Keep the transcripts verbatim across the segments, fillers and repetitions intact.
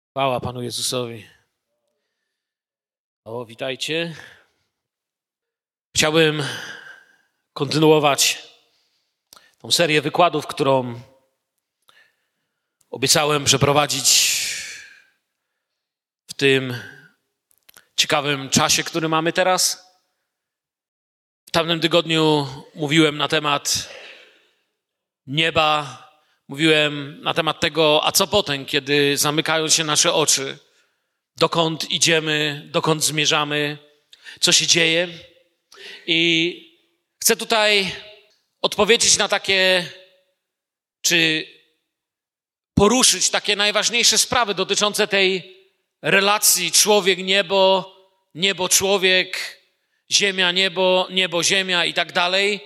Chwała Panu Jezusowi. O, witajcie. Chciałbym kontynuować tą serię wykładów, którą obiecałem przeprowadzić w tym ciekawym czasie, który mamy teraz. W tamtym tygodniu mówiłem na temat nieba, mówiłem na temat tego, a co potem, kiedy zamykają się nasze oczy, dokąd idziemy, dokąd zmierzamy, co się dzieje. I chcę tutaj odpowiedzieć na takie, czy poruszyć takie najważniejsze sprawy dotyczące tej relacji człowiek-niebo, niebo-człowiek, ziemia-niebo, niebo-ziemia i tak dalej.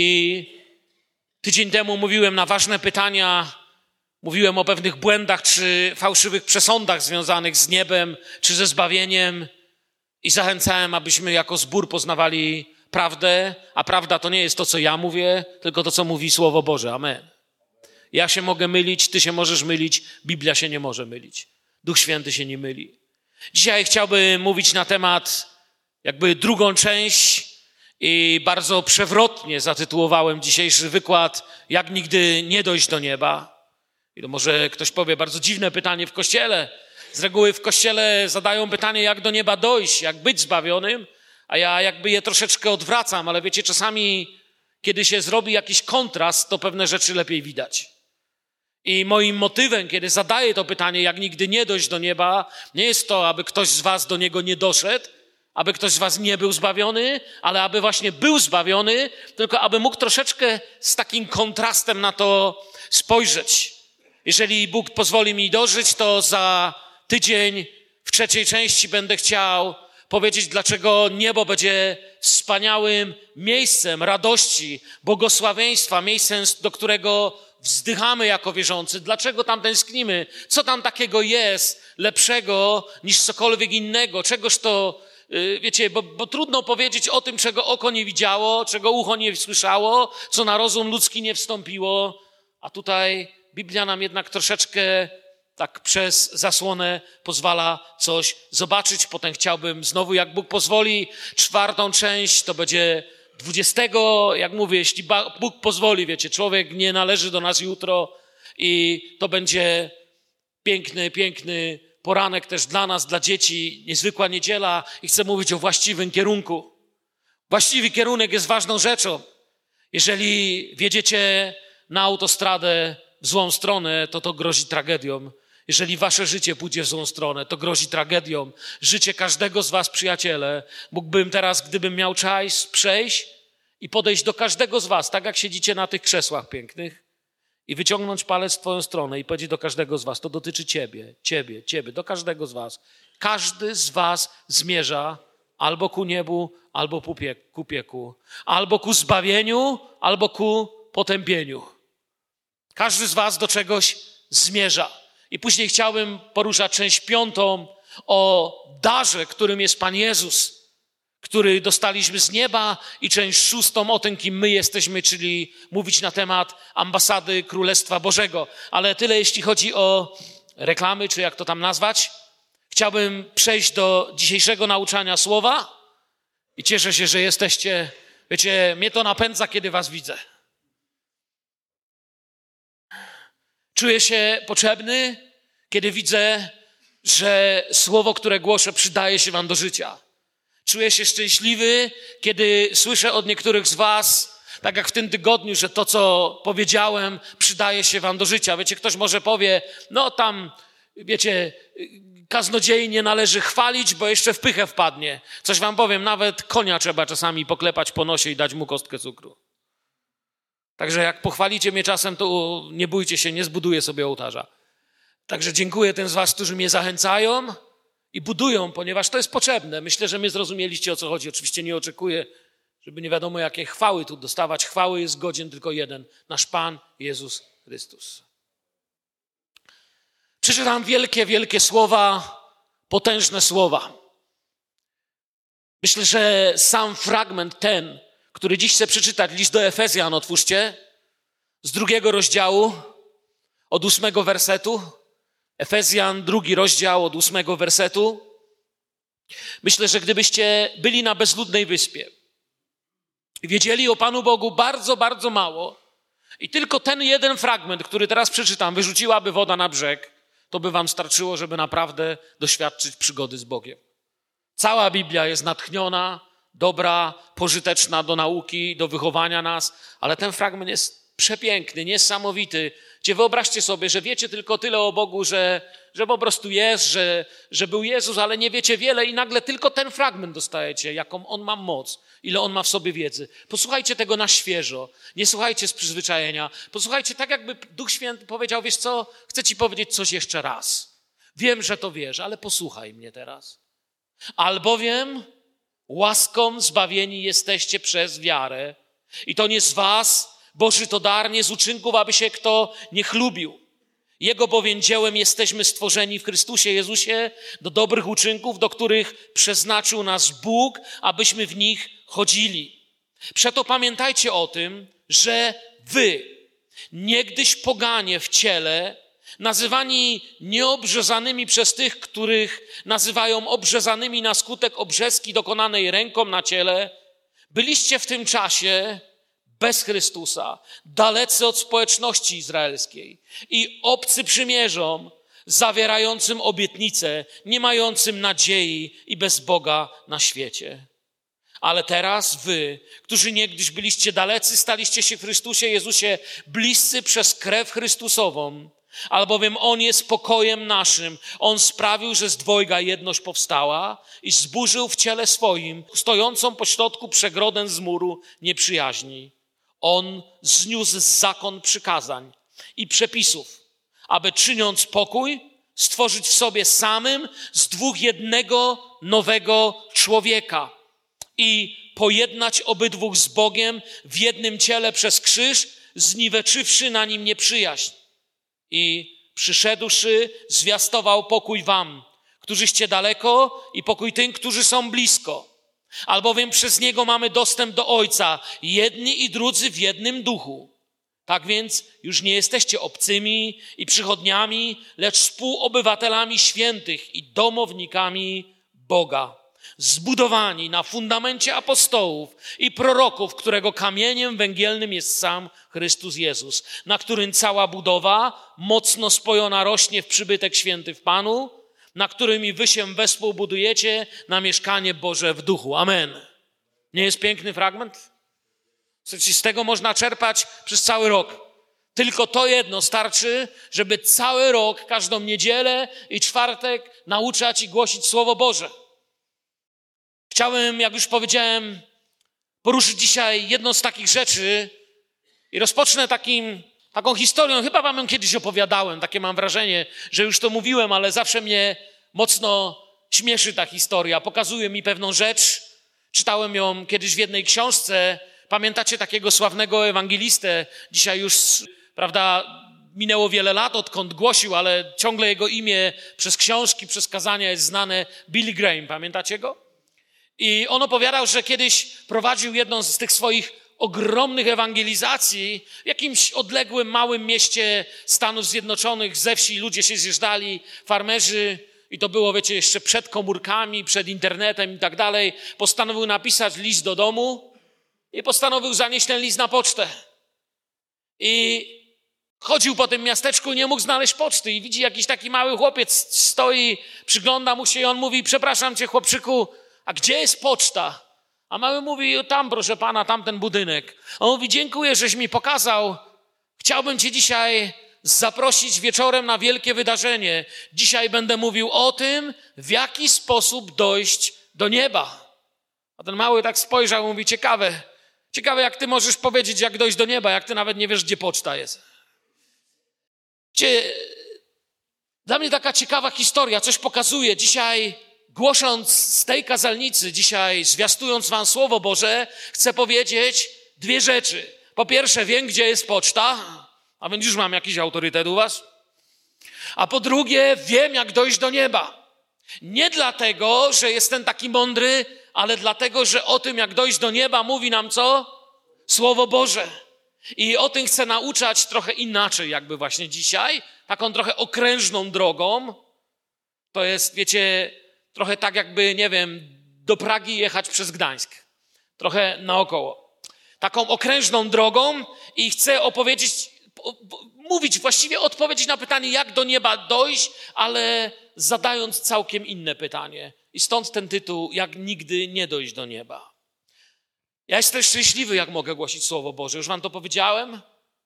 I tydzień temu mówiłem na ważne pytania, mówiłem o pewnych błędach czy fałszywych przesądach związanych z niebem czy ze zbawieniem i zachęcałem, abyśmy jako zbór poznawali prawdę, a prawda to nie jest to, co ja mówię, tylko to, co mówi Słowo Boże. Amen. Ja się mogę mylić, ty się możesz mylić, Biblia się nie może mylić. Duch Święty się nie myli. Dzisiaj chciałbym mówić na temat jakby drugą część i bardzo przewrotnie zatytułowałem dzisiejszy wykład Jak nigdy nie dojść do nieba. I to może ktoś powie, bardzo dziwne pytanie w Kościele. Z reguły w Kościele zadają pytanie, jak do nieba dojść, jak być zbawionym, a ja jakby je troszeczkę odwracam, ale wiecie, czasami kiedy się zrobi jakiś kontrast, to pewne rzeczy lepiej widać. I moim motywem, kiedy zadaję to pytanie, jak nigdy nie dojść do nieba, nie jest to, aby ktoś z was do niego nie doszedł, aby ktoś z was nie był zbawiony, ale aby właśnie był zbawiony, tylko aby mógł troszeczkę z takim kontrastem na to spojrzeć. Jeżeli Bóg pozwoli mi dożyć, to za tydzień w trzeciej części będę chciał powiedzieć, dlaczego niebo będzie wspaniałym miejscem radości, błogosławieństwa, miejscem, do którego wzdychamy jako wierzący. Dlaczego tam tęsknimy? Co tam takiego jest lepszego niż cokolwiek innego? Czegoż to, wiecie, bo, bo trudno powiedzieć o tym, czego oko nie widziało, czego ucho nie słyszało, co na rozum ludzki nie wstąpiło, a tutaj Biblia nam jednak troszeczkę tak przez zasłonę pozwala coś zobaczyć. Potem chciałbym znowu, jak Bóg pozwoli, czwartą część, to będzie dwudziestego, jak mówię, jeśli Bóg pozwoli, wiecie, człowiek nie należy do nas jutro i to będzie piękny, piękny poranek też dla nas, dla dzieci, niezwykła niedziela i chcę mówić o właściwym kierunku. Właściwy kierunek jest ważną rzeczą. Jeżeli wjedziecie na autostradę w złą stronę, to to grozi tragedią. Jeżeli wasze życie pójdzie w złą stronę, to grozi tragedią. Życie każdego z was, przyjaciele, mógłbym teraz, gdybym miał czas, przejść i podejść do każdego z was, tak jak siedzicie na tych krzesłach pięknych i wyciągnąć palec w twoją stronę i powiedzieć do każdego z was, to dotyczy ciebie, ciebie, ciebie, do każdego z was. Każdy z was zmierza albo ku niebu, albo ku piekłu, albo ku zbawieniu, albo ku potępieniu. Każdy z was do czegoś zmierza. I później chciałbym poruszać część piątą o darze, którym jest Pan Jezus, który dostaliśmy z nieba, i część szóstą o tym, kim my jesteśmy, czyli mówić na temat ambasady Królestwa Bożego. Ale tyle, jeśli chodzi o reklamy, czy jak to tam nazwać. Chciałbym przejść do dzisiejszego nauczania słowa i cieszę się, że jesteście. Wiecie, mnie to napędza, kiedy was widzę. Czuję się potrzebny, kiedy widzę, że słowo, które głoszę, przydaje się wam do życia. Czuję się szczęśliwy, kiedy słyszę od niektórych z was, tak jak w tym tygodniu, że to, co powiedziałem, przydaje się wam do życia. Wiecie, ktoś może powie, no tam, wiecie, kaznodziei nie należy chwalić, bo jeszcze w pychę wpadnie. Coś wam powiem, nawet konia trzeba czasami poklepać po nosie i dać mu kostkę cukru. Także jak pochwalicie mnie czasem, to nie bójcie się, nie zbuduję sobie ołtarza. Także dziękuję tym z was, którzy mnie zachęcają i budują, ponieważ to jest potrzebne. Myślę, że mnie zrozumieliście, o co chodzi. Oczywiście nie oczekuję, żeby nie wiadomo jakie chwały tu dostawać. Chwały jest godzien tylko jeden. Nasz Pan Jezus Chrystus. Przeczytam wielkie, wielkie słowa, potężne słowa. Myślę, że sam fragment ten, który dziś chcę przeczytać, list do Efezjan, otwórzcie, z drugiego rozdziału, od ósmego wersetu, Efezjan, drugi rozdział od ósmego wersetu. Myślę, że gdybyście byli na bezludnej wyspie i wiedzieli o Panu Bogu bardzo, bardzo mało i tylko ten jeden fragment, który teraz przeczytam, wyrzuciłaby woda na brzeg, to by wam starczyło, żeby naprawdę doświadczyć przygody z Bogiem. Cała Biblia jest natchniona, dobra, pożyteczna do nauki, do wychowania nas, ale ten fragment jest przepiękny, niesamowity, gdzie wyobraźcie sobie, że wiecie tylko tyle o Bogu, że, że po prostu jest, że, że był Jezus, ale nie wiecie wiele i nagle tylko ten fragment dostajecie, jaką On ma moc, ile On ma w sobie wiedzy. Posłuchajcie tego na świeżo, nie słuchajcie z przyzwyczajenia, posłuchajcie tak, jakby Duch Święty powiedział, wiesz co, chcę ci powiedzieć coś jeszcze raz. Wiem, że to wiesz, ale posłuchaj mnie teraz. Albowiem łaską zbawieni jesteście przez wiarę i to nie z was, Boży to dar, nie z uczynków, aby się kto nie chlubił. Jego bowiem dziełem jesteśmy stworzeni w Chrystusie Jezusie do dobrych uczynków, do których przeznaczył nas Bóg, abyśmy w nich chodzili. Przeto pamiętajcie o tym, że wy, niegdyś poganie w ciele, nazywani nieobrzezanymi przez tych, których nazywają obrzezanymi na skutek obrzeski dokonanej ręką na ciele, byliście w tym czasie bez Chrystusa, dalecy od społeczności izraelskiej i obcy przymierzom, zawierającym obietnice, nie mającym nadziei i bez Boga na świecie. Ale teraz wy, którzy niegdyś byliście dalecy, staliście się w Chrystusie Jezusie bliscy przez krew Chrystusową, albowiem On jest pokojem naszym. On sprawił, że z dwojga jedność powstała i zburzył w ciele swoim stojącą pośrodku przegrodę z muru nieprzyjaźni. On zniósł zakon przykazań i przepisów, aby czyniąc pokój, stworzyć w sobie samym z dwóch jednego nowego człowieka i pojednać obydwóch z Bogiem w jednym ciele przez krzyż, zniweczywszy na nim nieprzyjaźń. I przyszedłszy, zwiastował pokój wam, którzyście daleko i pokój tym, którzy są blisko. Albowiem przez Niego mamy dostęp do Ojca, jedni i drudzy w jednym duchu. Tak więc już nie jesteście obcymi i przychodniami, lecz współobywatelami świętych i domownikami Boga. Zbudowani na fundamencie apostołów i proroków, którego kamieniem węgielnym jest sam Chrystus Jezus, na którym cała budowa mocno spojona rośnie w przybytek święty w Panu, na którym i wy się wespół budujecie na mieszkanie Boże w duchu. Amen. Nie jest piękny fragment? Z tego można czerpać przez cały rok. Tylko to jedno starczy, żeby cały rok, każdą niedzielę i czwartek nauczać i głosić Słowo Boże. Chciałem, jak już powiedziałem, poruszyć dzisiaj jedną z takich rzeczy i rozpocznę takim, taką historią. Chyba wam ją kiedyś opowiadałem, takie mam wrażenie, że już to mówiłem, ale zawsze mnie mocno śmieszy ta historia. Pokazuje mi pewną rzecz. Czytałem ją kiedyś w jednej książce. Pamiętacie takiego sławnego ewangelistę? Dzisiaj już, prawda, minęło wiele lat, odkąd głosił, ale ciągle jego imię przez książki, przez kazania jest znane. Billy Graham. Pamiętacie go? I on opowiadał, że kiedyś prowadził jedną z tych swoich ogromnych ewangelizacji w jakimś odległym, małym mieście Stanów Zjednoczonych. Ze wsi ludzie się zjeżdżali, farmerzy, i to było, wiecie, jeszcze przed komórkami, przed internetem i tak dalej. Postanowił napisać list do domu i postanowił zanieść ten list na pocztę. I chodził po tym miasteczku i nie mógł znaleźć poczty i widzi jakiś taki mały chłopiec stoi, przygląda mu się i on mówi: przepraszam cię, chłopczyku, a gdzie jest poczta? A mały mówi: tam, proszę pana, tamten budynek. On mówi: dziękuję, żeś mi pokazał. Chciałbym cię dzisiaj zaprosić wieczorem na wielkie wydarzenie. Dzisiaj będę mówił o tym, w jaki sposób dojść do nieba. A ten mały tak spojrzał i mówi: ciekawe, ciekawe jak ty możesz powiedzieć, jak dojść do nieba, jak ty nawet nie wiesz, gdzie poczta jest. Wiecie, dla mnie taka ciekawa historia, coś pokazuje. Dzisiaj głosząc z tej kazalnicy, dzisiaj zwiastując wam Słowo Boże, chcę powiedzieć dwie rzeczy. Po pierwsze, wiem, gdzie jest poczta, a więc już mam jakiś autorytet u was. A po drugie, wiem, jak dojść do nieba. Nie dlatego, że jestem taki mądry, ale dlatego, że o tym, jak dojść do nieba, mówi nam co? Słowo Boże. I o tym chcę nauczać trochę inaczej jakby właśnie dzisiaj, taką trochę okrężną drogą. To jest, wiecie, trochę tak jakby, nie wiem, do Pragi jechać przez Gdańsk. Trochę naokoło. Taką okrężną drogą i chcę opowiedzieć, mówić, właściwie odpowiedzieć na pytanie, jak do nieba dojść, ale zadając całkiem inne pytanie. I stąd ten tytuł, jak nigdy nie dojść do nieba. Ja jestem szczęśliwy, jak mogę głosić Słowo Boże. Już wam to powiedziałem.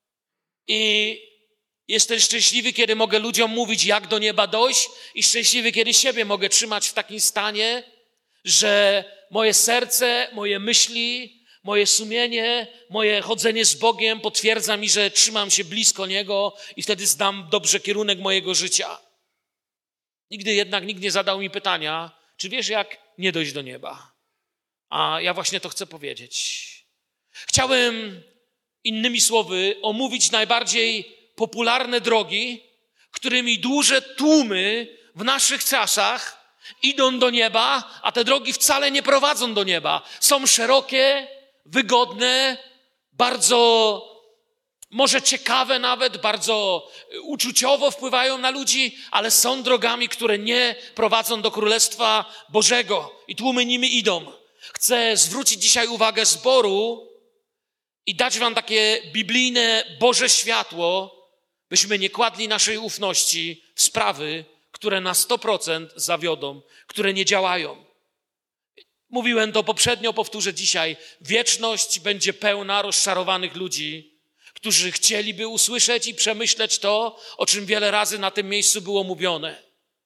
I jestem szczęśliwy, kiedy mogę ludziom mówić, jak do nieba dojść, i szczęśliwy, kiedy siebie mogę trzymać w takim stanie, że moje serce, moje myśli, moje sumienie, moje chodzenie z Bogiem potwierdza mi, że trzymam się blisko Niego i wtedy znam dobrze kierunek mojego życia. Nigdy jednak nikt nie zadał mi pytania, czy wiesz, jak nie dojść do nieba? A ja właśnie to chcę powiedzieć. Chciałem, innymi słowy, omówić najbardziej popularne drogi, którymi duże tłumy w naszych czasach idą do nieba, a te drogi wcale nie prowadzą do nieba. Są szerokie, wygodne, bardzo może ciekawe nawet, bardzo uczuciowo wpływają na ludzi, ale są drogami, które nie prowadzą do Królestwa Bożego i tłumy nimi idą. Chcę zwrócić dzisiaj uwagę zboru i dać wam takie biblijne Boże światło, byśmy nie kładli naszej ufności w sprawy, które na sto procent zawiodą, które nie działają. Mówiłem to poprzednio, powtórzę dzisiaj. Wieczność będzie pełna rozczarowanych ludzi, którzy chcieliby usłyszeć i przemyśleć to, o czym wiele razy na tym miejscu było mówione.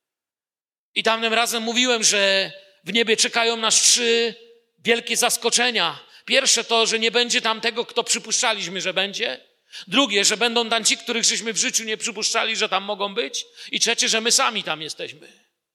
I tamtym razem mówiłem, że w niebie czekają nas trzy wielkie zaskoczenia. Pierwsze to, że nie będzie tam tego, kto przypuszczaliśmy, że będzie. Drugie, że będą tam ci, których żeśmy w życiu nie przypuszczali, że tam mogą być. I trzecie, że my sami tam jesteśmy.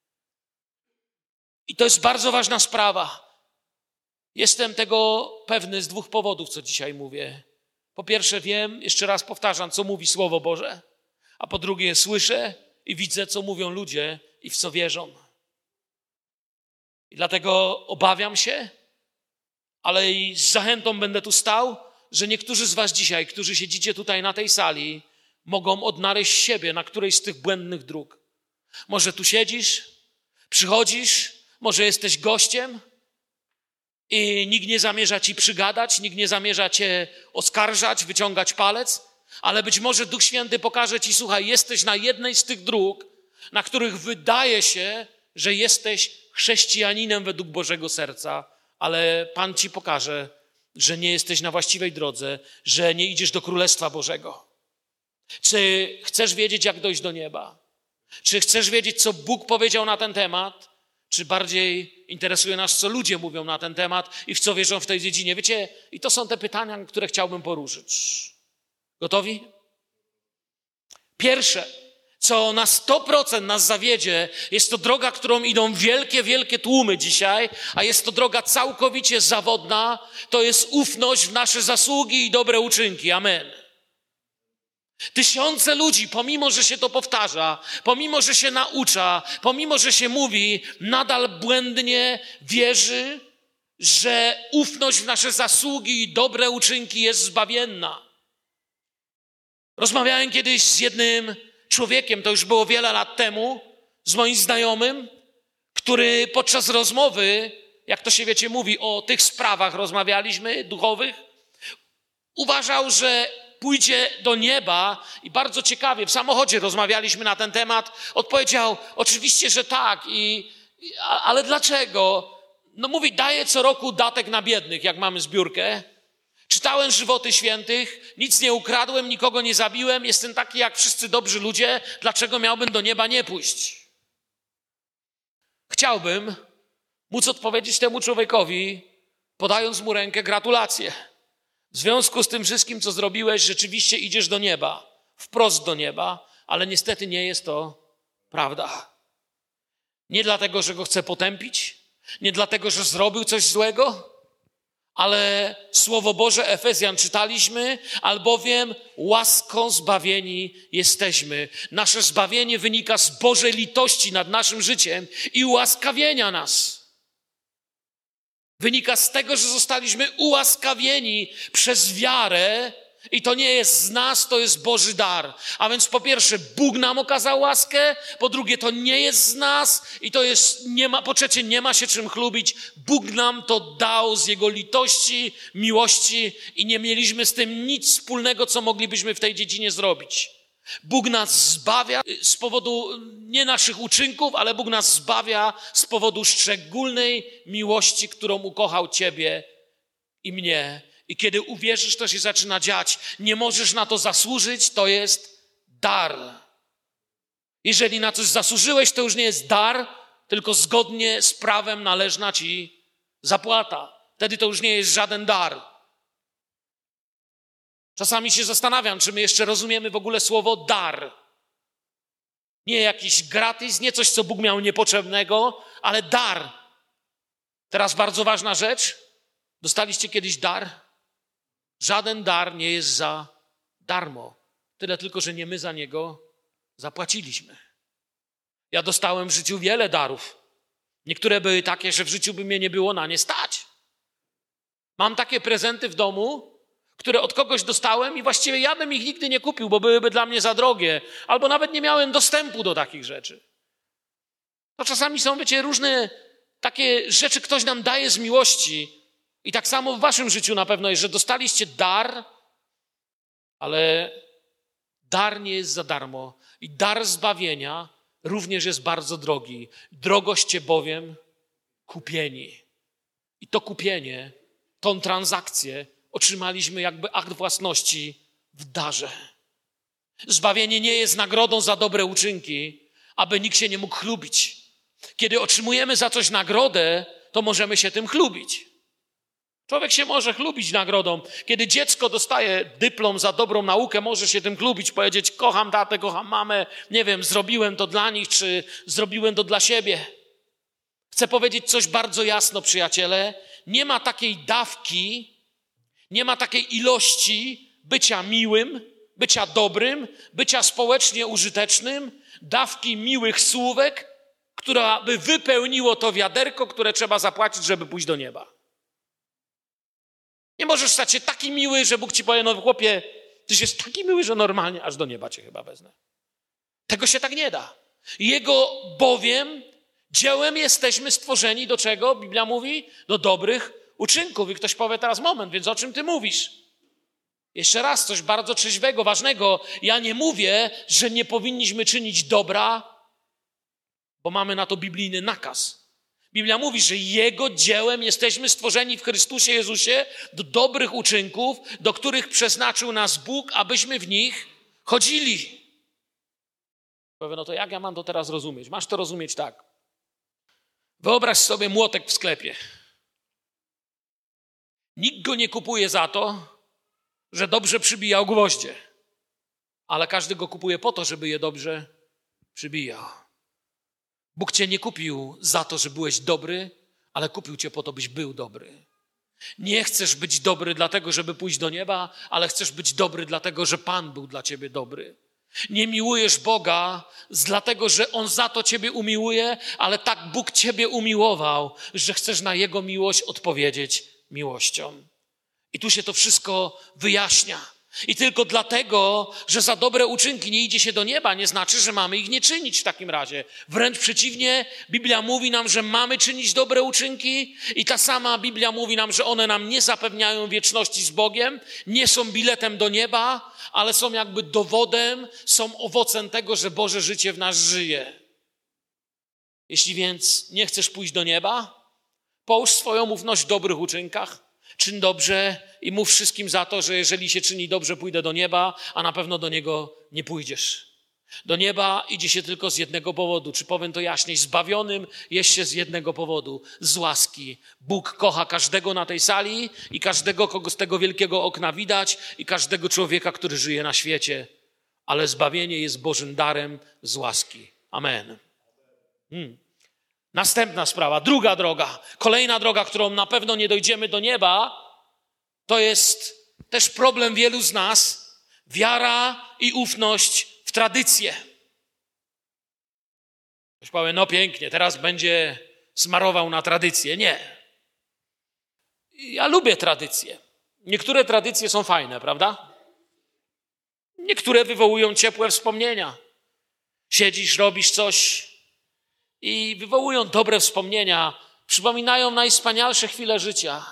I to jest bardzo ważna sprawa. Jestem tego pewny z dwóch powodów, co dzisiaj mówię. Po pierwsze wiem, jeszcze raz powtarzam, co mówi Słowo Boże. A po drugie słyszę i widzę, co mówią ludzie i w co wierzą. I dlatego obawiam się, ale i z zachętą będę tu stał, że niektórzy z was dzisiaj, którzy siedzicie tutaj na tej sali, mogą odnaleźć siebie na którejś z tych błędnych dróg. Może tu siedzisz, przychodzisz, może jesteś gościem i nikt nie zamierza ci przygadać, nikt nie zamierza cię oskarżać, wyciągać palec, ale być może Duch Święty pokaże ci, słuchaj, jesteś na jednej z tych dróg, na których wydaje się, że jesteś chrześcijaninem według Bożego serca, ale Pan ci pokaże, że nie jesteś na właściwej drodze, że nie idziesz do Królestwa Bożego. Czy chcesz wiedzieć, jak dojść do nieba? Czy chcesz wiedzieć, co Bóg powiedział na ten temat? Czy bardziej interesuje nas, co ludzie mówią na ten temat i w co wierzą w tej dziedzinie? Wiecie, i to są te pytania, które chciałbym poruszyć. Gotowi? Pierwsze, co na sto procent nas zawiedzie, jest to droga, którą idą wielkie, wielkie tłumy dzisiaj, a jest to droga całkowicie zawodna. To jest ufność w nasze zasługi i dobre uczynki. Amen. Tysiące ludzi, pomimo że się to powtarza, pomimo że się naucza, pomimo że się mówi, nadal błędnie wierzy, że ufność w nasze zasługi i dobre uczynki jest zbawienna. Rozmawiałem kiedyś z jednym człowiekiem, to już było wiele lat temu, z moim znajomym, który podczas rozmowy, jak to się wiecie mówi, o tych sprawach rozmawialiśmy, duchowych, uważał, że pójdzie do nieba i bardzo ciekawie, w samochodzie rozmawialiśmy na ten temat, odpowiedział, oczywiście, że tak, i, ale dlaczego? No mówi, daję co roku datek na biednych, jak mamy zbiórkę. Czytałem żywoty świętych, nic nie ukradłem, nikogo nie zabiłem, jestem taki jak wszyscy dobrzy ludzie, dlaczego miałbym do nieba nie pójść? Chciałbym móc odpowiedzieć temu człowiekowi, podając mu rękę, gratulacje. W związku z tym wszystkim, co zrobiłeś, rzeczywiście idziesz do nieba, wprost do nieba, ale niestety nie jest to prawda. Nie dlatego, że go chcę potępić, nie dlatego, że zrobił coś złego, ale Słowo Boże, Efezjan czytaliśmy, albowiem łaską zbawieni jesteśmy. Nasze zbawienie wynika z Bożej litości nad naszym życiem i ułaskawienia nas. Wynika z tego, że zostaliśmy ułaskawieni przez wiarę I to nie jest z nas, to jest Boży dar. A więc po pierwsze, Bóg nam okazał łaskę, po drugie, to nie jest z nas i to jest, nie ma, po trzecie, nie ma się czym chlubić. Bóg nam to dał z Jego litości, miłości i nie mieliśmy z tym nic wspólnego, co moglibyśmy w tej dziedzinie zrobić. Bóg nas zbawia z powodu nie naszych uczynków, ale Bóg nas zbawia z powodu szczególnej miłości, którą ukochał Ciebie i mnie. I kiedy uwierzysz, to się zaczyna dziać. Nie możesz na to zasłużyć, to jest dar. Jeżeli na coś zasłużyłeś, to już nie jest dar, tylko zgodnie z prawem należna ci zapłata. Wtedy to już nie jest żaden dar. Czasami się zastanawiam, czy my jeszcze rozumiemy w ogóle słowo dar. Nie jakiś gratis, nie coś, co Bóg miał niepotrzebnego, ale dar. Teraz bardzo ważna rzecz. Dostaliście kiedyś dar? Żaden dar nie jest za darmo. Tyle tylko, że nie my za niego zapłaciliśmy. Ja dostałem w życiu wiele darów. Niektóre były takie, że w życiu by mnie nie było na nie stać. Mam takie prezenty w domu, które od kogoś dostałem i właściwie ja bym ich nigdy nie kupił, bo byłyby dla mnie za drogie. Albo nawet nie miałem dostępu do takich rzeczy. To czasami są, wiecie, różne takie rzeczy ktoś nam daje z miłości. I tak samo w waszym życiu na pewno jest, że dostaliście dar, ale dar nie jest za darmo. I dar zbawienia również jest bardzo drogi. Drogoście bowiem kupieni. I to kupienie, tą transakcję otrzymaliśmy jakby akt własności w darze. Zbawienie nie jest nagrodą za dobre uczynki, aby nikt się nie mógł chlubić. Kiedy otrzymujemy za coś nagrodę, to możemy się tym chlubić. Człowiek się może chlubić nagrodą. Kiedy dziecko dostaje dyplom za dobrą naukę, może się tym chlubić, powiedzieć: kocham tatę, kocham mamę, nie wiem, zrobiłem to dla nich, czy zrobiłem to dla siebie. Chcę powiedzieć coś bardzo jasno, przyjaciele. Nie ma takiej dawki, nie ma takiej ilości bycia miłym, bycia dobrym, bycia społecznie użytecznym, dawki miłych słówek, która by wypełniło to wiaderko, które trzeba zapłacić, żeby pójść do nieba. Nie możesz stać się taki miły, że Bóg ci powie: no chłopie, tyś jest taki miły, że normalnie aż do nieba cię chyba wezmę. Tego się tak nie da. Jego bowiem dziełem jesteśmy stworzeni do czego? Biblia mówi: do dobrych uczynków. I ktoś powie teraz: moment, więc o czym ty mówisz? Jeszcze raz, coś bardzo trzeźwego, ważnego. Ja nie mówię, że nie powinniśmy czynić dobra, bo mamy na to biblijny nakaz. Biblia mówi, że Jego dziełem jesteśmy stworzeni w Chrystusie Jezusie do dobrych uczynków, do których przeznaczył nas Bóg, abyśmy w nich chodzili. Powiem: no to jak ja mam to teraz rozumieć? Masz to rozumieć tak. Wyobraź sobie młotek w sklepie. Nikt go nie kupuje za to, że dobrze przybijał gwoździe, ale każdy go kupuje po to, żeby je dobrze przybijał. Bóg cię nie kupił za to, że byłeś dobry, ale kupił cię po to, byś był dobry. Nie chcesz być dobry dlatego, żeby pójść do nieba, ale chcesz być dobry dlatego, że Pan był dla ciebie dobry. Nie miłujesz Boga dlatego, że On za to ciebie umiłuje, ale tak Bóg ciebie umiłował, że chcesz na Jego miłość odpowiedzieć miłością. I tu się to wszystko wyjaśnia. I tylko dlatego, że za dobre uczynki nie idzie się do nieba, nie znaczy, że mamy ich nie czynić w takim razie. Wręcz przeciwnie, Biblia mówi nam, że mamy czynić dobre uczynki i ta sama Biblia mówi nam, że one nam nie zapewniają wieczności z Bogiem, nie są biletem do nieba, ale są jakby dowodem, są owocem tego, że Boże życie w nas żyje. Jeśli więc nie chcesz pójść do nieba, połóż swoją ufność w dobrych uczynkach, czyń dobrze i mów wszystkim za to, że jeżeli się czyni dobrze, pójdę do nieba, a na pewno do niego nie pójdziesz. Do nieba idzie się tylko z jednego powodu. Czy powiem to jaśniej? Zbawionym jest się z jednego powodu. Z łaski. Bóg kocha każdego na tej sali i każdego, kogo z tego wielkiego okna widać i każdego człowieka, który żyje na świecie. Ale zbawienie jest Bożym darem z łaski. Amen. Hmm. Następna sprawa, druga droga, kolejna droga, którą na pewno nie dojdziemy do nieba, to jest też problem wielu z nas, wiara i ufność w tradycję. Ktoś powie: no pięknie, teraz będzie smarował na tradycję. Nie. Ja lubię tradycje. Niektóre tradycje są fajne, prawda? Niektóre wywołują ciepłe wspomnienia. Siedzisz, robisz coś i wywołują dobre wspomnienia, przypominają najwspanialsze chwile życia.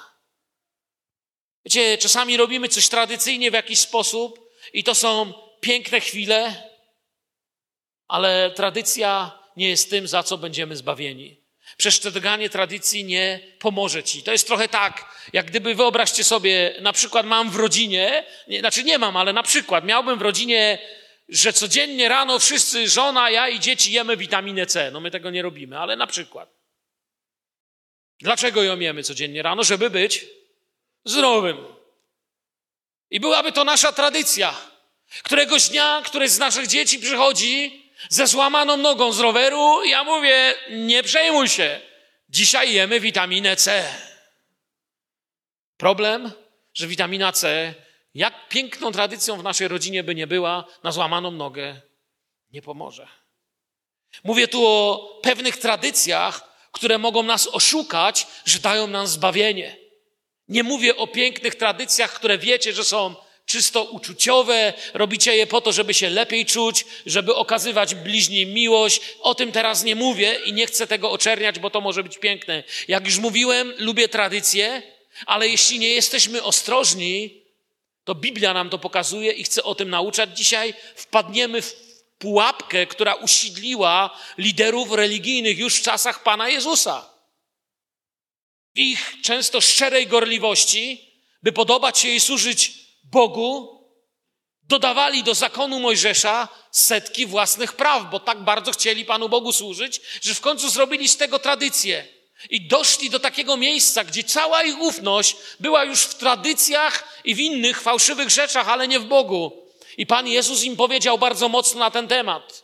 Wiecie, czasami robimy coś tradycyjnie w jakiś sposób i to są piękne chwile, ale tradycja nie jest tym, za co będziemy zbawieni. Przestrzeganie tradycji nie pomoże ci. To jest trochę tak, jak gdyby wyobraźcie sobie, na przykład mam w rodzinie, nie, znaczy nie mam, ale na przykład miałbym w rodzinie, że codziennie rano wszyscy, żona, ja i dzieci jemy witaminę C. No my tego nie robimy, ale na przykład. Dlaczego ją jemy codziennie rano? Żeby być zdrowym. I byłaby to nasza tradycja. Któregoś dnia któreś z naszych dzieci przychodzi ze złamaną nogą z roweru i ja mówię, nie przejmuj się, dzisiaj jemy witaminę C. Problem, że witamina C, jak piękną tradycją w naszej rodzinie by nie była, na złamaną nogę nie pomoże. Mówię tu o pewnych tradycjach, które mogą nas oszukać, że dają nam zbawienie. Nie mówię o pięknych tradycjach, które wiecie, że są czysto uczuciowe, robicie je po to, żeby się lepiej czuć, żeby okazywać bliźnim miłość. O tym teraz nie mówię i nie chcę tego oczerniać, bo to może być piękne. Jak już mówiłem, lubię tradycje, ale jeśli nie jesteśmy ostrożni, to Biblia nam to pokazuje i chcę o tym nauczać. Dzisiaj wpadniemy w pułapkę, która usidliła liderów religijnych już w czasach Pana Jezusa. W ich często szczerej gorliwości, by podobać się i służyć Bogu, dodawali do zakonu Mojżesza setki własnych praw, bo tak bardzo chcieli Panu Bogu służyć, że w końcu zrobili z tego tradycję. I doszli do takiego miejsca, gdzie cała ich ufność była już w tradycjach i w innych fałszywych rzeczach, ale nie w Bogu. I Pan Jezus im powiedział bardzo mocno na ten temat.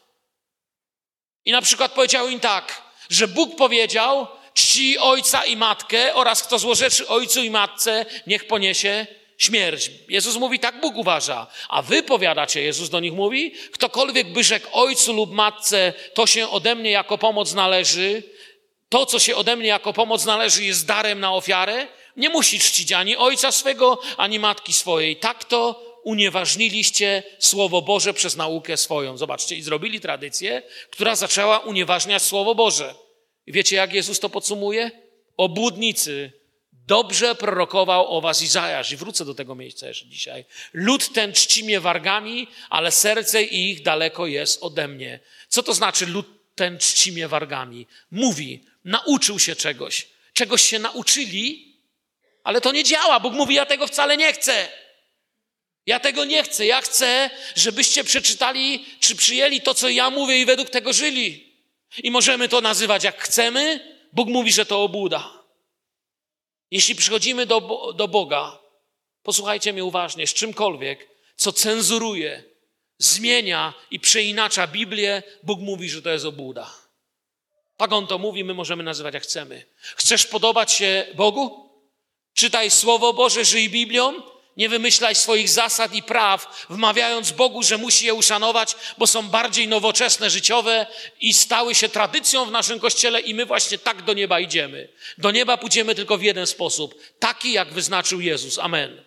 I na przykład powiedział im tak, że Bóg powiedział, czci ojca i matkę oraz kto złorzeczy ojcu i matce, niech poniesie śmierć. Jezus mówi, tak Bóg uważa. A wy powiadacie, Jezus do nich mówi, ktokolwiek by rzekł ojcu lub matce, to się ode mnie jako pomoc należy, to, co się ode mnie jako pomoc należy, jest darem na ofiarę, nie musi czcić ani ojca swego, ani matki swojej. Tak to unieważniliście Słowo Boże przez naukę swoją. Zobaczcie, i zrobili tradycję, która zaczęła unieważniać Słowo Boże. I wiecie, jak Jezus to podsumuje? Obłudnicy, dobrze prorokował o was Izajasz. I wrócę do tego miejsca jeszcze dzisiaj. Lud ten czci mnie wargami, ale serce ich daleko jest ode mnie. Co to znaczy lud ten czci mnie wargami? Mówi, nauczył się czegoś. Czegoś się nauczyli, ale to nie działa. Bóg mówi, ja tego wcale nie chcę. Ja tego nie chcę. Ja chcę, żebyście przeczytali, czy przyjęli to, co ja mówię i według tego żyli. I możemy to nazywać jak chcemy. Bóg mówi, że to obłuda. Jeśli przychodzimy do, do Boga, posłuchajcie mnie uważnie, z czymkolwiek, co cenzuruje, zmienia i przeinacza Biblię, Bóg mówi, że to jest obłuda. Tak On to mówi, my możemy nazywać jak chcemy. Chcesz podobać się Bogu? Czytaj Słowo Boże, żyj Biblią. Nie wymyślaj swoich zasad i praw, wmawiając Bogu, że musi je uszanować, bo są bardziej nowoczesne, życiowe i stały się tradycją w naszym Kościele i my właśnie tak do nieba idziemy. Do nieba pójdziemy tylko w jeden sposób, taki jak wyznaczył Jezus. Amen.